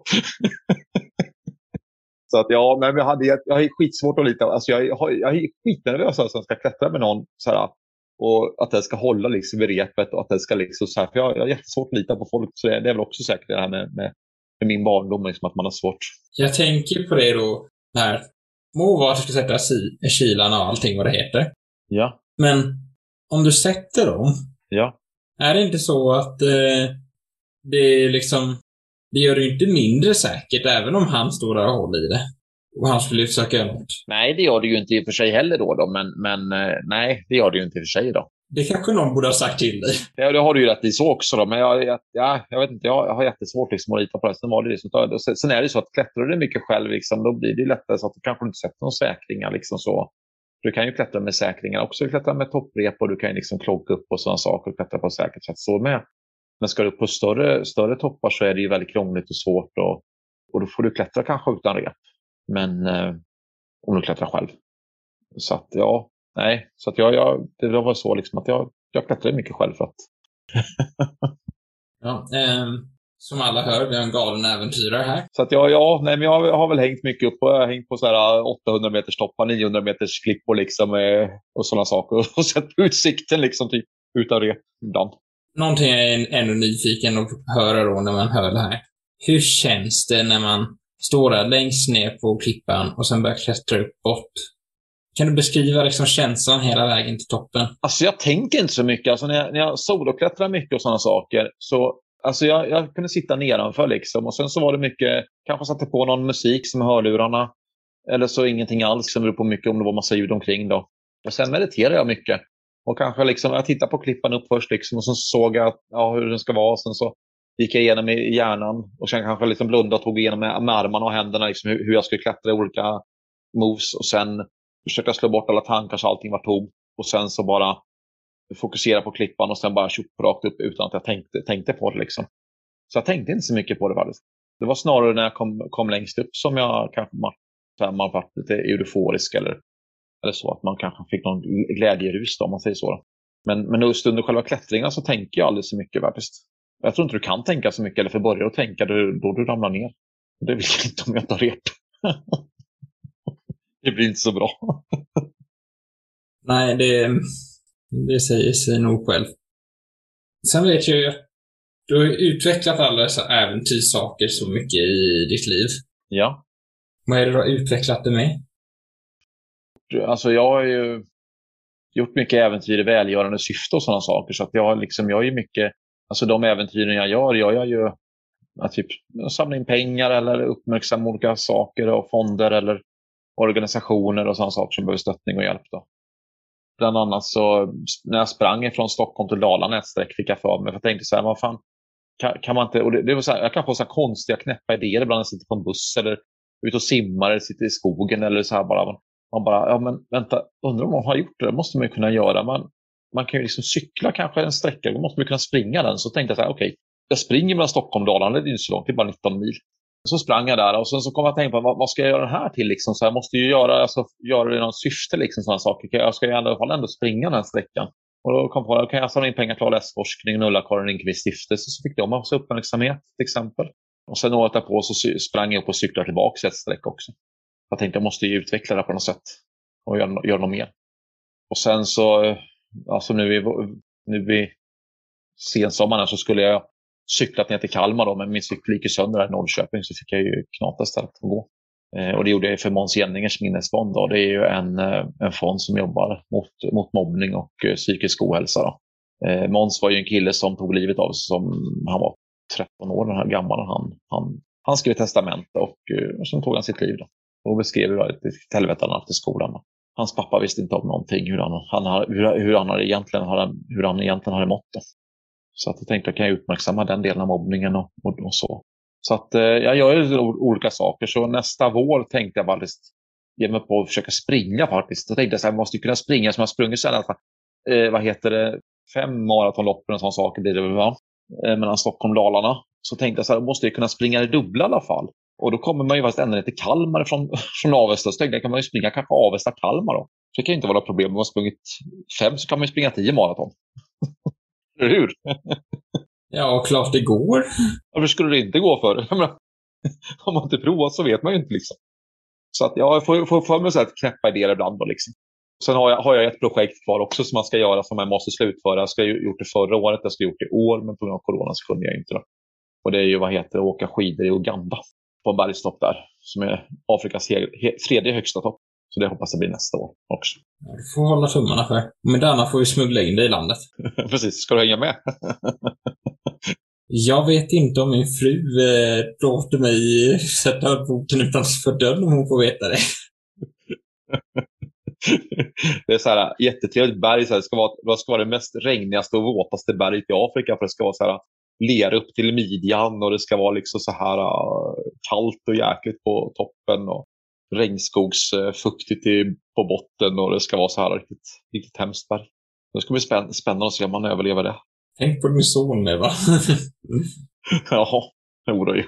Så att ja, men jag har skitsvårt att lita. Alltså jag är skitnervös att jag ska klättra med någon så här, och att den ska hålla liksom i repet och att den ska liksom så här, för jag har jättesvårt att lita på folk, så det är väl också säkert det här med min barndom liksom, att man har svårt. Jag tänker på det då här, må vara att du ska sätta kilarna och allting vad det heter. Ja. Men om du sätter dem, ja. Är det inte så att det är liksom, det gör det ju inte mindre säkert även om han står där och håller i det och han skulle försöka göra något? Nej, det gör det ju inte i och för sig heller då men nej, det gör det ju inte i och för sig då. Det kanske någon borde ha sagt till dig. Ja, det har du ju rätt i så också då, men jag vet inte, jag har jättesvårt liksom att lita på det. Sen var det liksom, sen är det så att klättrar du mycket själv liksom, då blir det lättare så att du kanske inte sätter någon säkringar liksom så. Du kan ju klättra med säkringar också, du klättra med topprep och du kan ju liksom klocka upp och sådana saker och klättra på säkert sätt så med. Men ska du på större toppar så är det ju väldigt krångligt och svårt och då får du klättra kanske utan rep. Men om du klättrar själv. Så att ja, nej. Så att det var så liksom att jag klättrar mycket själv för att. Ja, som alla hör, vi har en galen äventyrare här. Så att men jag har väl hängt mycket upp och jag har hängt på så här 800 meters toppar, 900 meters klippor liksom och sådana saker och sett utsikten liksom typ utan rep ibland. Någonting jag är ännu nyfiken att höra då när man hör det här. Hur känns det när man står där längst ner på klippan och sen börjar klättra upp bort Kan du beskriva liksom känslan hela vägen till toppen? Alltså jag tänker inte så mycket. Alltså när jag soloklättrar mycket och sådana saker så alltså jag kunde sitta nedanför liksom. Och sen så var det mycket, kanske satte på någon musik som hörlurarna. Eller så ingenting alls, som beror på mycket om det var massa ljud omkring då. Och sen mediterade jag mycket. Och kanske liksom, jag tittade på klippan upp först liksom, och så såg jag hur den ska vara. Och sen så gick jag igenom i hjärnan. Och sen kanske liksom blundade och tog igenom med armarna och händerna liksom, hur jag skulle klättra i olika moves. Och sen försökte jag slå bort alla tankar så allting var tom. Och sen så bara fokusera på klippan och sen bara tjopp rakt upp utan att jag tänkte på det liksom. Så jag tänkte inte så mycket på det faktiskt. Det var snarare när jag kom längst upp som jag kanske man var lite euforisk eller så att man kanske fick någon glädjerus då, om man säger så. Men just under själva klättringen så tänker jag aldrig så mycket faktiskt. Jag tror inte du kan tänka så mycket eller för börjar att tänka då du ramlar ner. Det vill jag inte om jag tar rep. Det blir inte så bra. Nej, det säger sig nog själv. Sen vet jag ju att du har utvecklat alla dessa äventyrssaker så mycket i ditt liv. Ja. Vad är det du har utvecklat det med? Alltså jag har ju gjort mycket äventyr i välgörande syfte och sådana saker. Så att jag är ju mycket, alltså de äventyren jag gör ju att typ samla in pengar eller uppmärksamma olika saker och fonder eller organisationer och sådana saker som behöver stöttning och hjälp då. Bland annat så när jag sprang från Stockholm till Dalarna ett sträck fick jag för mig. För jag tänkte så här, vad fan, kan man inte, och det var så här, jag kan få så här konstiga knäppa idéer ibland när jag sitter på en buss eller ute och simmar eller sitter i skogen eller så här bara. Man bara, ja men vänta, undrar om någon har gjort det, det måste man ju kunna göra. Man kan ju liksom cykla kanske en sträcka, då måste man kunna springa den. Så tänkte jag så här, okej, jag springer mellan Stockholm och Dalarna, det är inte så långt, det är bara 19 mil. Så sprang jag där och sen så kom jag att tänka på vad ska jag göra det här till liksom? Så jag måste ju göra det i något syfte liksom, sådana saker. Jag ska ju ändå springa den här sträckan. Och då kom jag på, kan jag samla in pengar till ALS-forskning, Ulla-Karin Lindqvist stiftelse, så fick de också uppmärksamhet till exempel. Och sen året därpå så sprang jag upp och cyklade tillbaka ett sträck också. Jag tänkte jag måste ju utveckla det på något sätt och göra något mer. Och sen så, alltså nu i sensommaren så skulle jag cyklat ner till Kalmar då, men min cykel gick sönder där i Norrköping så fick jag ju knata istället att gå. Och det gjorde jag för Måns Jenningers minnesfond då. Det är ju en fond som jobbar mot mobbning och psykisk ohälsa då. Måns var ju en kille som tog livet av sig som han var 13 år den här gammal. Han skrev testament och sen tog han sitt liv då. Och beskrev hur helvete han haft i skolan då. Hans pappa visste inte om någonting hur han egentligen hade mått då. Så att jag tänkte att jag kan uppmärksamma den delen av mobbningen och så. Så att jag gör ju olika saker. Så nästa vår tänkte jag faktiskt ge mig på att försöka springa faktiskt. Jag tänkte att jag måste kunna springa som jag sprungit sedan. 5 maratonlopp och sådana saker blir det väl, va? Mellan Stockholm och Dalarna. Så tänkte jag så här, måste jag kunna springa i dubbla i alla fall. Och då kommer man ju faktiskt ända ner till Kalmar från Avesta. Så tänkte jag, kan man ju springa kanske Avesta-Kalmar då. Så det kan ju inte vara något problem. Om man har sprungit 5 så kan man ju springa 10 maraton. Eller hur? Ja, klart det går. Varför skulle det inte gå för? Om man inte provat så vet man ju inte liksom. Så att jag får för mig så här knäppa idéer ibland då liksom. Sen har jag ett projekt kvar också som man ska göra som jag måste slutföra. Jag skulle gjort det förra året, jag skulle gjort det i år, men på grund av corona så kunde jag inte då. Och det är ju åka skidor i Uganda på en bergstopp där som är Afrikas tredje högsta topp. Så det hoppas jag blir nästa år också. Ja, du får hålla tummarna för. Men denna får vi smuggla in dig i landet. Precis, ska du hänga med? Jag vet inte om min fru låter mig sätta boten utanför dörren om hon får veta det. Det är så här jättetrevligt berg. Så här, det ska vara det mest regnigaste och våtaste berget i Afrika. För det ska vara så här lera upp till midjan och det ska vara liksom så här kallt och jäkligt på toppen och regnskogsfuktigt på botten och det ska vara så här riktigt hemskt berg. Det ska bli spännande att se om man överlever det. Tänk på din son nu, va? Ja, det oroar ju.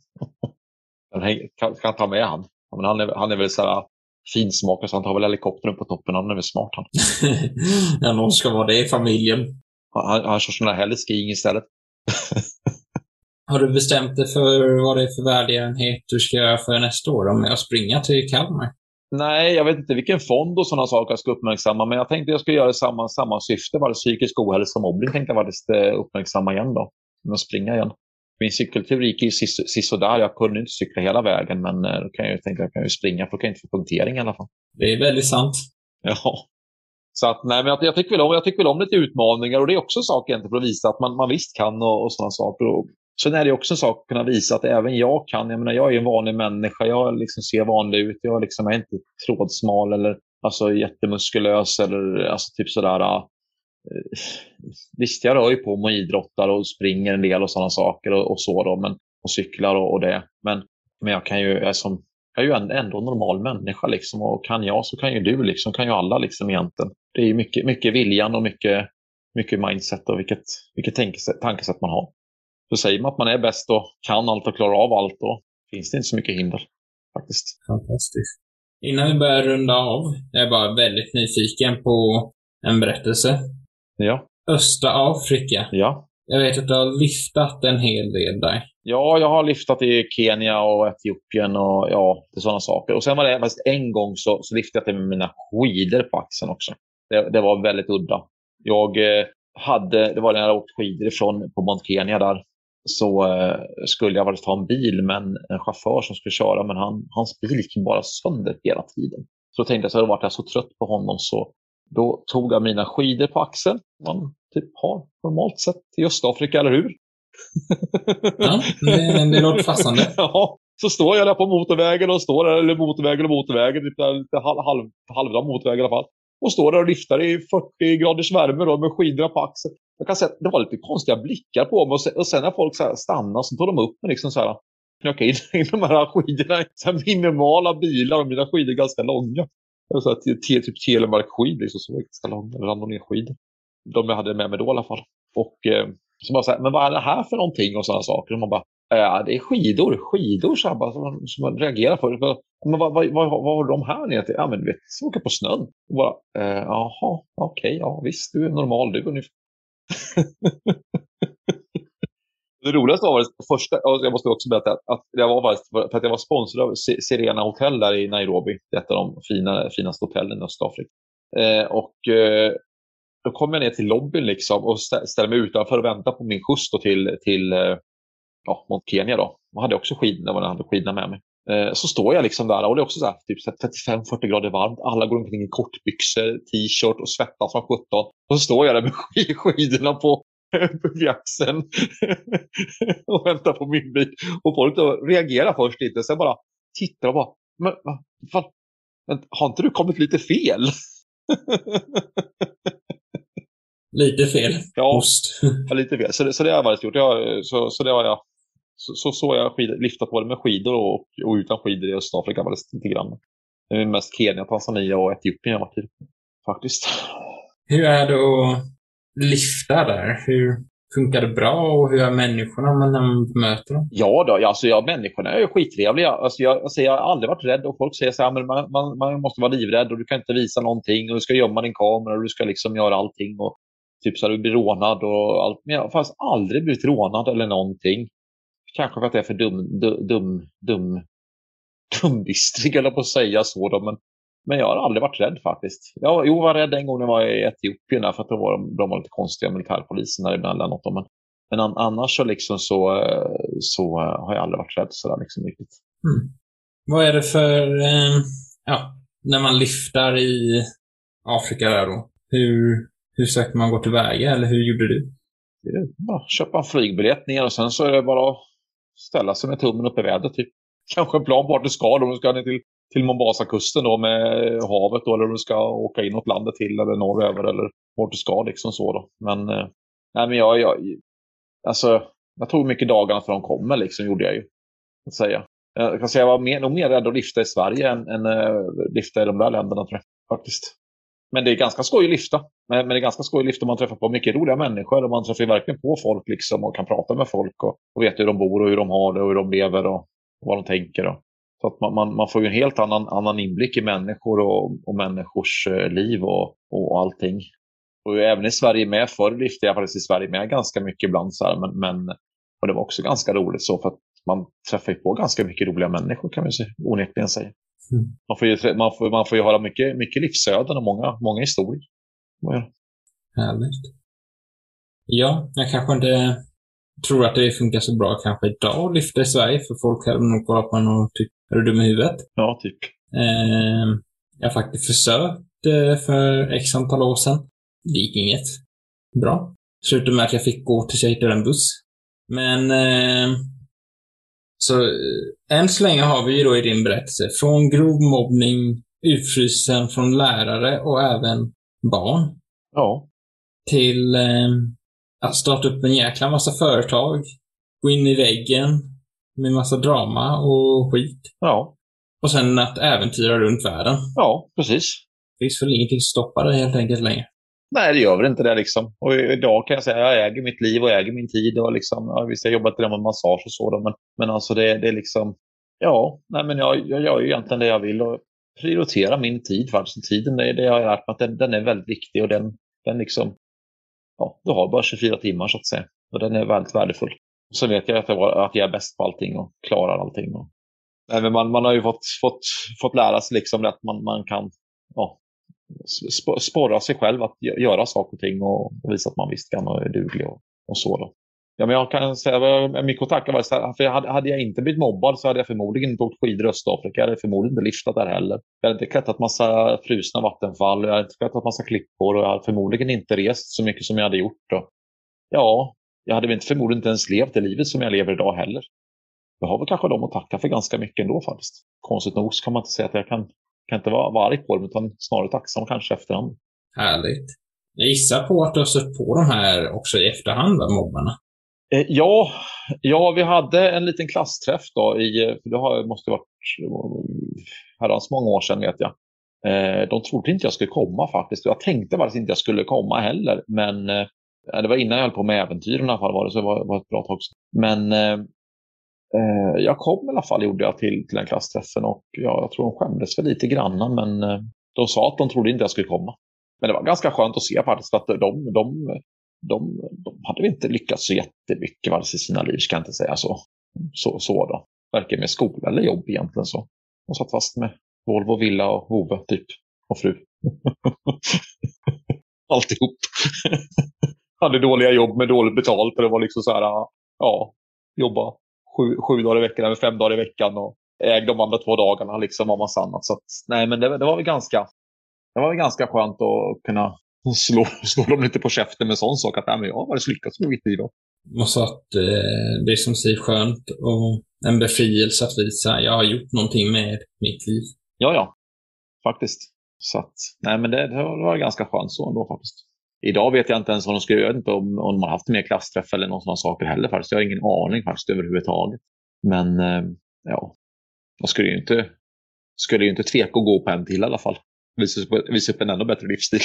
Kan ta med han. Men han är väl så här finsmakare så han tar väl helikoptern på toppen. Han är väl smart han. Ja, någon ska vara det i familjen. Han kör sån här heliskiing istället. Har du bestämt dig för vad det är för välgörenhet du ska göra för nästa år om jag springer till Kalmar? Nej, jag vet inte vilken fond och sådana saker jag ska uppmärksamma. Men jag tänkte jag ska göra samma syfte. Var det psykisk ohälsa och mobbning tänkte jag faktiskt uppmärksamma igen då. Med att springa igen. Min cykeltur gick ju sisådär. Jag kunde inte cykla hela vägen. Men då kan jag ju tänka att jag kan ju springa för jag kan inte få punktering i alla fall. Det är väldigt sant. Ja. Så att, nej, men jag tycker väl om lite utmaningar, och det är också en sak egentligen för att visa att man visst kan och sådana saker. Och sen är det också en sak att kunna visa att även jag kan. Jag menar, jag är en vanlig människa, jag liksom ser vanlig ut, jag liksom är inte trådsmal eller alltså jättemuskulös eller alltså typ sådär. Visst, jag rör ju på mig, idrottar och springer en del och sådana saker och så då, men och cyklar och det. Men jag kan ju, jag är ju ändå en normal människa liksom, och kan jag så kan ju du liksom, kan ju alla liksom egentligen. Det är ju mycket viljan och mycket mindset och vilket tankesätt man har. Så säger man att man är bäst och kan allt och klarar av allt, då finns det inte så mycket hinder faktiskt. Fantastiskt. Innan vi börjar runda av, jag är bara väldigt nyfiken på en berättelse. Ja. Östra Afrika. Ja. Jag vet att du har lyftat en hel del där. Ja, jag har lyftat i Kenya och Etiopien och ja, det sådana saker. Och sen var det faktiskt en gång så lyftade jag det med mina skidor på axeln också. Det var väldigt udda. Det var när jag åkte skidor på Mount Kenya där. Så skulle jag faktiskt ha en bil med en chaufför som skulle köra, men hans bil gick bara sönder hela tiden. Så då tänkte jag, så då var jag så trött på honom, så då tog jag mina skidor på axeln. Man typ har normalt sett i Östafrika, eller hur? Ja, det låter passande. Ja, så står jag där på motorvägen och står där, eller motorvägen, lite halvdan motorväg i alla fall. Och står där och lyfter i 40 graders värme då, med skidorna på axeln. Jag kan säga att det var lite konstiga blickar på mig, och sen när folk så här stannar så tog de upp mig liksom så här. Knöka in de här skidorna, så här minimala bilar, och mina skidor är ganska långa. Så att typ Telemark-skidor liksom, så ganska långa, randonérskidor. De jag hade med mig då i alla fall. Och så bara så här, men vad är det här för någonting och sådana saker? Och man bara, det är skidor så här, bara, som man reagerar för. Men vad har de här nere till? Ja, men du vet, så åker på snön. Och bara, jaha, okej, ja visst, du är normal, du ungefär. Det roligaste var det första, jag måste också berätta att jag var för att jag var sponsrad av Serena Hotel där i Nairobi, ett av de finaste hotellen i Östafrika. Då kom jag ner till lobbyn liksom och ställde mig utanför och väntade på min skjuts då till Mount Kenya då. Jag hade också skidorna med mig. Så står jag liksom där, och det är också så här, typ 35-40 grader varmt. Alla går omkring i kortbyxor, t-shirt och svettas som 17. Och så står jag där med skidorna på axeln och väntar på min bil. Och folk reagerar först lite, sen bara tittar och bara, men har inte du kommit lite fel? Lite fel. Ja, lite fel. Så det har jag varit gjort. Så det har jag. Så jag lyftat på det med skidor och utan skidor i Östafrika var det lite grann. Det är mest Kenya, Tanzania och Etiopien jag har varit i, faktiskt. Hur är det att lyfta där? Hur funkar det bra, och hur är människorna när man möter dem? Ja då, människorna är ju skittrevliga. Jag har aldrig varit rädd, och folk säger så här, men man måste vara livrädd och du kan inte visa någonting och du ska gömma din kamera och du ska liksom göra allting och typ så här, du blir rånad och allt. Men jag har faktiskt aldrig blivit rånad eller någonting. Kanske för att jag är för dumbistrig eller på att säga så då, men jag har aldrig varit rädd faktiskt. Jag var rädd en gång när jag var i Etiopien där, för att de var lite konstiga militärpolisen där ibland eller något. Men annars så liksom så har jag aldrig varit rädd sådär liksom riktigt. Vad är det för när man lyfter i Afrika där då? Hur söker man gå tillväga, eller hur gjorde du? Köpa en flygbiljett ner, och sen så är det bara att ställa sig med tummen upp i vädret typ. Kanske en plan vart du ska då. Du ska ner till Mombasa-kusten då med havet då, eller du ska åka inåt landet till eller norröver, eller vart du ska liksom så då. Men jag tog mycket dagarna för de kommer liksom, gjorde jag ju. Att säga. Jag kan säga jag var nog mer rädd att lyfta i Sverige än lyfta i de där länderna, tror jag faktiskt. Men det är ganska skoj att lyfta. Men det är ganska skoj att lyfta om man träffar på mycket roliga människor. Och man träffar verkligen på folk liksom, och kan prata med folk. Och vet hur de bor och hur de har det och hur de lever och vad de tänker. Så att man får ju en helt annan inblick i människor och människors liv och allting. Och även i Sverige med. Förr lyfte jag faktiskt i Sverige med ganska mycket ibland. Så här, och det var också ganska roligt så, för att man träffar ju på ganska mycket roliga människor, kan man ju onekligen säga. Man får ju höra mycket livsöden och många historier. Härligt. Ja, jag kanske inte tror att det funkar så bra kanske idag att lyfta i Sverige, för folk hade nog kollat på en och tycker, är du dum i huvudet? Ja, typ. Jag har faktiskt försökt för x antal år sedan. Det gick inget bra. Slutade med att jag fick gå tills jag hittade en buss. Men så än så länge har vi ju då i din berättelse från grov mobbning, utfrysen från lärare och även barn. Ja. Till att starta upp en jäkla massa företag. Gå in i väggen med massa drama och skit. Ja. Och sen att äventyra runt världen. Ja, precis. Det finns väl ingenting som stoppar det helt enkelt längre. Nej, det gör väl inte det liksom. Och idag kan jag säga att jag äger mitt liv och äger min tid. Och liksom, ja, visst, jag har jobbat med massage och så. Då, men alltså det är liksom... Ja, nej, men jag gör ju egentligen det jag vill. Och prioritera min tid faktiskt. Tiden, det har jag lärt mig att den är väldigt viktig. Och den liksom... Ja, du har bara 24 timmar så att säga. Och den är väldigt värdefull. Och så vet jag att jag är bäst på allting och klarar allting. Och... Nej, men man har ju fått lära sig liksom att man kan... Ja, sporra sig själv att göra saker och ting och visa att man visst kan och är duglig och så då. Ja, men jag kan säga mycket att tacka för hade jag inte blivit mobbad så hade jag förmodligen inte åkt skidor i Östafrika. Jag hade förmodligen inte liftat där heller. Jag hade inte klättrat massa frusna vattenfall. Jag hade inte klättrat massa klippor och jag hade förmodligen inte rest så mycket som jag hade gjort då. Ja, jag hade förmodligen inte ens levt det livet som jag lever idag heller. Jag har väl kanske dem att tacka för ganska mycket ändå faktiskt. Konstigt nog så kan man inte säga att jag kan inte vara arg på dem utan snarare tacksam kanske efterhand. Härligt. Jag gissar på att du har sett på de här också i efterhand, mobbarna. Ja, vi hade en liten klassträff då det måste varit herrans många år sedan vet jag. De trodde inte jag skulle komma faktiskt. Jag tänkte faktiskt inte jag skulle komma heller. Men det var innan jag höll på med äventyren i alla fall så det var ett bra tag sedan. Men jag kom i alla fall gjorde jag till den klassträffen och jag tror de skämdes för lite grann men de sa att de trodde inte jag skulle komma. Men det var ganska skönt att se faktiskt att de hade inte lyckats så jättemycket vare sig i sina liv, ska jag inte säga så då. Varken med skola eller jobb egentligen så. De satt fast med Volvo, villa och Ove typ och fru. Alltihop. Hade dåliga jobb med dåligt betalt och det var liksom så här jobba 7 dagar i veckan eller 5 dagar i veckan och ägde de andra 2 dagarna liksom och massa annat. Så att, nej, men det var väl ganska skönt att kunna slå dem lite på käften med sån sak att nej, men jag har lyckats med mitt liv då. Och så att det är som säger skönt och en befrielse att visa jag har gjort någonting med mitt liv. Ja, faktiskt. Så att, nej men det var ganska skönt så ändå faktiskt. Idag vet jag inte ens om de skulle göra, inte om de har haft mer klassträff eller någon sån saker heller faktiskt. Jag har ingen aning faktiskt överhuvudtaget. Men ja, jag skulle ju inte tveka att gå på en till i alla fall. Visa upp en ännu bättre livsstil.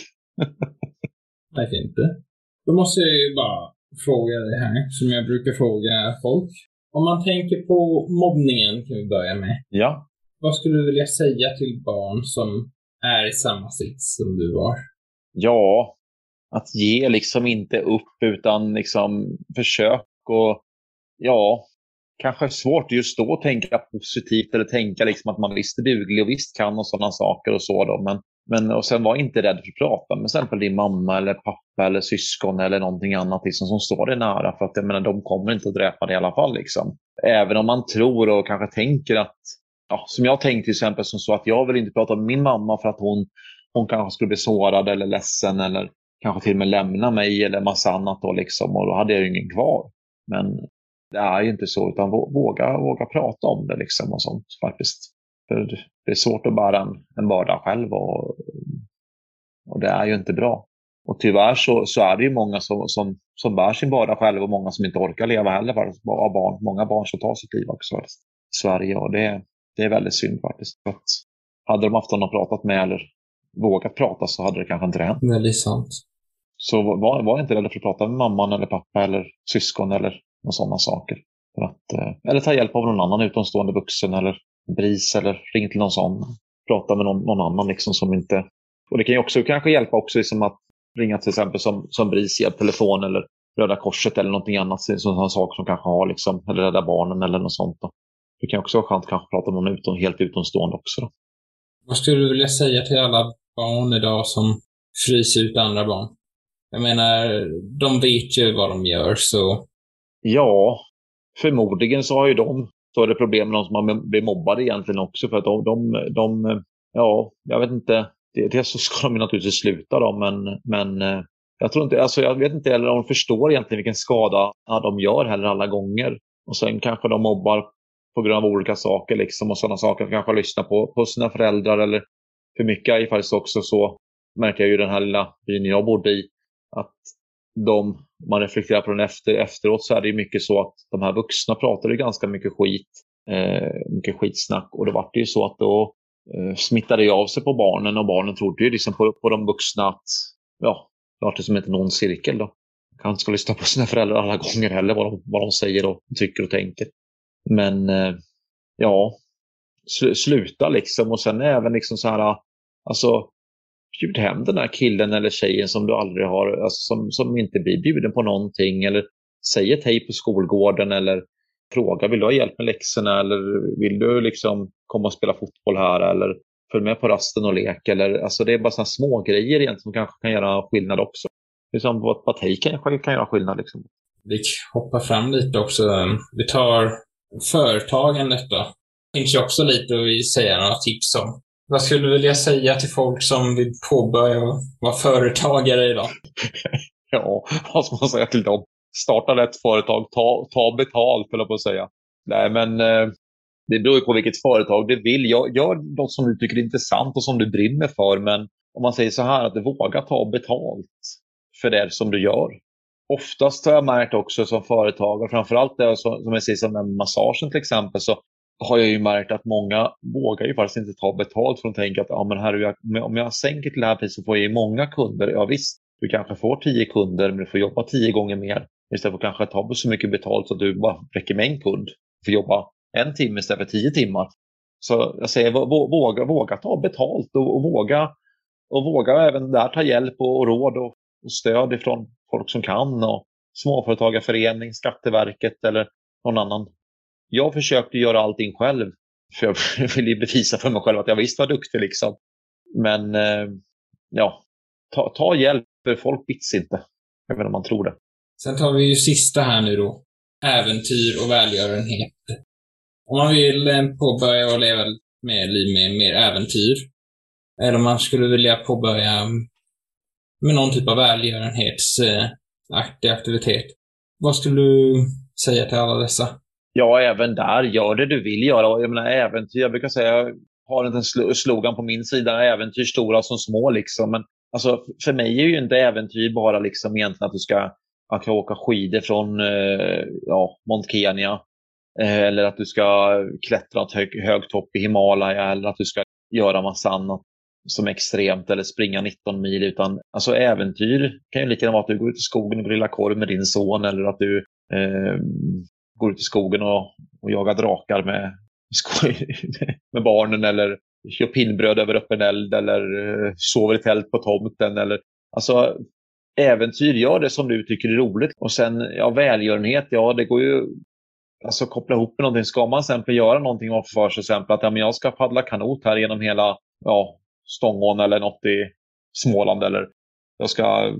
Jag vet inte. Då måste jag ju bara fråga det här som jag brukar fråga folk. Om man tänker på mobbningen kan vi börja med. Ja. Vad skulle du vilja säga till barn som är i samma sits som du var? Ja, att ge liksom inte upp utan liksom försök och ja, kanske svårt just då att tänka positivt eller tänka liksom att man visst är duglig och visst kan och sådana saker och så då. Men och sen var inte rädd för att prata med exempel din mamma eller pappa eller syskon eller någonting annat liksom, som står dig nära för att jag menar, de kommer inte att dräpa dig i alla fall liksom. Även om man tror och kanske tänker att som jag tänkte till exempel som så att jag vill inte prata med min mamma för att hon kanske skulle bli sårad eller ledsen eller kanske till och med lämna mig eller massa annat då liksom och då hade jag ju ingen kvar. Men det är ju inte så utan våga prata om det liksom och sånt faktiskt. För det är svårt att bära en vardag själv och det är ju inte bra. Och tyvärr så är det ju många som bär sin vardag själv och många som inte orkar leva heller faktiskt. Många barn som tar sitt liv också i Sverige och det är väldigt synd faktiskt. För att hade de haft någon pratat med eller vågat prata så hade det kanske inte hänt. Väldigt sant. Så var inte rädd för att prata med mamman eller pappa eller syskon eller sådana saker. För att, eller ta hjälp av någon annan utomstående vuxen eller BRIS eller ring till någon sån. Prata med någon annan liksom som inte... Och det kan ju också kanske hjälpa också liksom att ringa till exempel som BRIS hjälptelefon eller Röda Korset eller någonting annat. Sådana saker som kanske har liksom, eller Rädda Barnen eller något sånt då. Det kan också vara skönt att kanske prata med någon helt utomstående också då. Vad skulle du vilja säga till alla barn idag som fryser ut andra barn? Jag menar, de vet ju vad de gör så... Ja, förmodligen så har ju de större problem med de som har blivit mobbade egentligen också. För att de jag vet inte. det så ska de naturligtvis sluta då, men jag tror inte, alltså jag vet inte eller om de förstår egentligen vilken skada de gör heller alla gånger. Och sen kanske de mobbar på grund av olika saker liksom, och sådana saker. Kanske lyssna på sina föräldrar eller för mycket. I fall också så märker jag ju den här lilla byn jag bodde i, att man reflekterar på den efteråt, så är det ju mycket så att de här vuxna pratade ganska mycket mycket skitsnack, och då var det ju så att då smittade jag av sig på barnen, och barnen trodde ju liksom på de vuxna att det är som inte någon cirkel då. Kanske ska lyssna på sina föräldrar alla gånger heller vad de säger och tycker och tänker. Men sluta liksom. Och sen även liksom så här, alltså bjud hem den här killen eller tjejen som du aldrig har, alltså som inte blir bjuden på någonting, eller säg ett hej på skolgården, eller fråga, vill du ha hjälp med läxorna, eller vill du liksom komma och spela fotboll här, eller följ med på rasten och lek, eller alltså det är bara såna små grejer egentligen som kanske kan göra skillnad också. Det är som att hej kanske kan göra skillnad liksom. Vi hoppar fram lite också. Vi tar företagandet då. Det finns ju också lite att säga några tips om. Vad skulle du vilja säga till folk som vill påbörja och vara företagare idag? Ja, vad ska man säga till dem? Starta ett företag, ta betalt, eller på att säga. Nej, men det beror ju på vilket företag du vill. Gör något som du tycker är intressant och som du brinner för, men om man säger så här, att du vågar ta betalt för det som du gör. Oftast har jag märkt också som företagare, framförallt det som jag säger som den massagen till exempel, så har jag ju märkt att många vågar ju faktiskt inte ta betalt, för att tänka att om jag sänker till det här priset får jag ju många kunder. Ja visst, du kanske får 10 kunder, men du får jobba 10 gånger mer. Istället för att kanske ta så mycket betalt så att du bara räcker med en kund. Du får jobba 1 timme istället för 10 timmar. Så jag säger, våga ta betalt och våga även där ta hjälp och råd och stöd ifrån folk som kan, och småföretagarförening, Skatteverket eller någon annan. Jag försökte göra allting själv, för jag ville bevisa för mig själv att jag visst var duktig liksom. Men ta hjälp, för folk bits inte. Jag vet inte om man tror det. Sen tar vi ju sista här nu då. Äventyr och välgörenhet. Om man vill påbörja och leva med liv med mer äventyr, eller om man skulle vilja påbörja med någon typ av välgörenhetsaktig aktivitet, vad skulle du säga till alla dessa? Ja, även där, gör det du vill göra. Jag menar, äventyr, jag brukar säga, jag har en slogan på min sida, äventyr stora som små liksom. Men alltså, för mig är ju inte äventyr bara liksom egentligen att du ska åka skidor från Mount Kenya, eller att du ska klättra ett hög topp i Himalaya, eller att du ska göra massa annat som extremt, eller springa 19 mil, utan alltså äventyr kan ju lika gärna vara att du går ut i skogen och grillar korv med din son, eller att du går ut i skogen och jagar drakar med barnen, eller kör pinnbröd över öppen eld, eller sover i tält på tomten, eller alltså äventyr, gör det som du tycker är roligt. Och sen välgörenhet, det går ju alltså koppla ihop med någonting. Ska man till exempel göra någonting för sig, exempel att jag ska paddla kanot här genom hela Stångån eller något i Småland, eller jag ska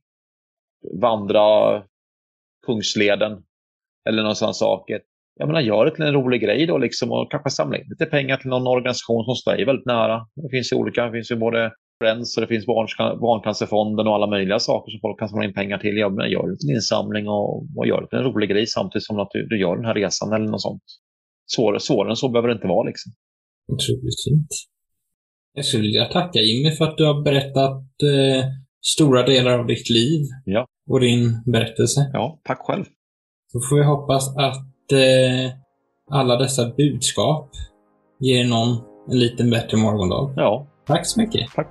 vandra Kungsleden eller någon sån saker. Jag menar, gör det till en rolig grej då liksom, och kanske samla in lite pengar till någon organisation som står väldigt nära. Det finns ju både Friends och det finns Barncancerfonden och alla möjliga saker som folk kan samla in pengar till. Jag menar, gör det till en insamling och gör det till en rolig grej samtidigt som att du gör den här resan eller något sånt. Svårare än så behöver det inte vara liksom. Otroligt fint. Jag skulle vilja tacka Jimmy för att du har berättat stora delar av ditt liv och din berättelse. Ja, tack själv. Så får vi hoppas att alla dessa budskap ger någon en liten bättre morgondag. Ja. Tack så mycket. Tack.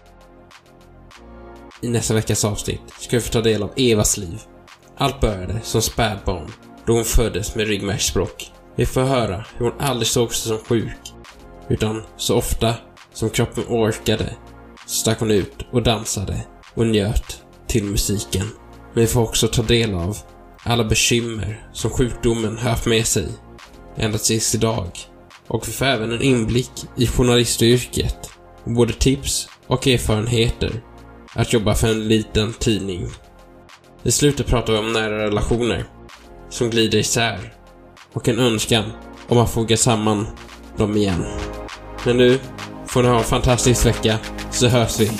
I nästa veckas avsnitt ska vi få ta del av Evas liv. Allt började som spädbarn då hon föddes med ryggmärgsbråck. Vi får höra hur hon aldrig såg sig som sjuk, utan så ofta som kroppen orkade stack hon ut och dansade och njöt till musiken. Men vi får också ta del av alla bekymmer som sjukdomen haft med sig ända tills idag. Och vi får även en inblick i journalistyrket, både tips och erfarenheter att jobba för en liten tidning. I slutet pratar vi om nära relationer som glider isär och en önskan om att foga samman dem igen. Men nu får ni ha en fantastisk vecka. så hörs vi.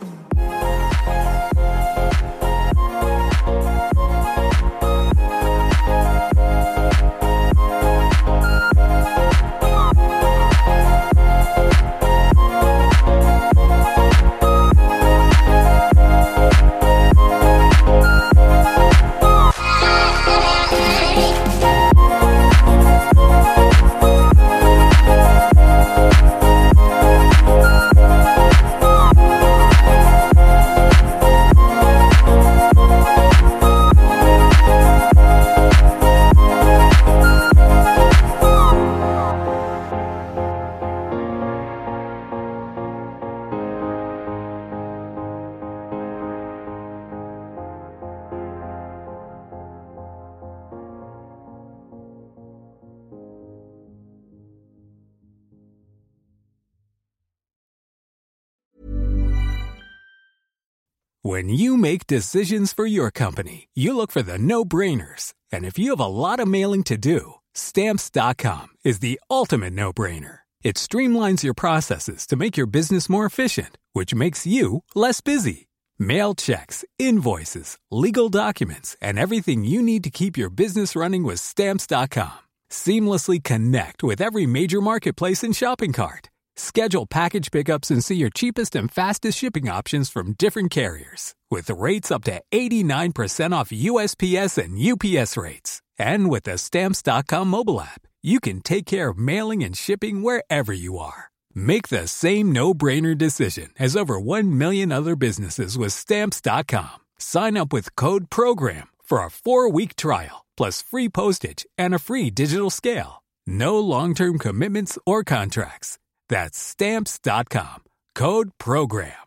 When you make decisions for your company, you look for the no-brainers. And if you have a lot of mailing to do, Stamps.com is the ultimate no-brainer. It streamlines your processes to make your business more efficient, which makes you less busy. Mail checks, invoices, legal documents, and everything you need to keep your business running with Stamps.com. Seamlessly connect with every major marketplace and shopping cart. Schedule package pickups and see your cheapest and fastest shipping options from different carriers. With rates up to 89% off USPS and UPS rates. And with the Stamps.com mobile app, you can take care of mailing and shipping wherever you are. Make the same no-brainer decision as over 1 million other businesses with Stamps.com. Sign up with code PROGRAM for a 4-week trial, plus free postage and a free digital scale. No long-term commitments or contracts. That's Stamps.com. Code PROGRAM.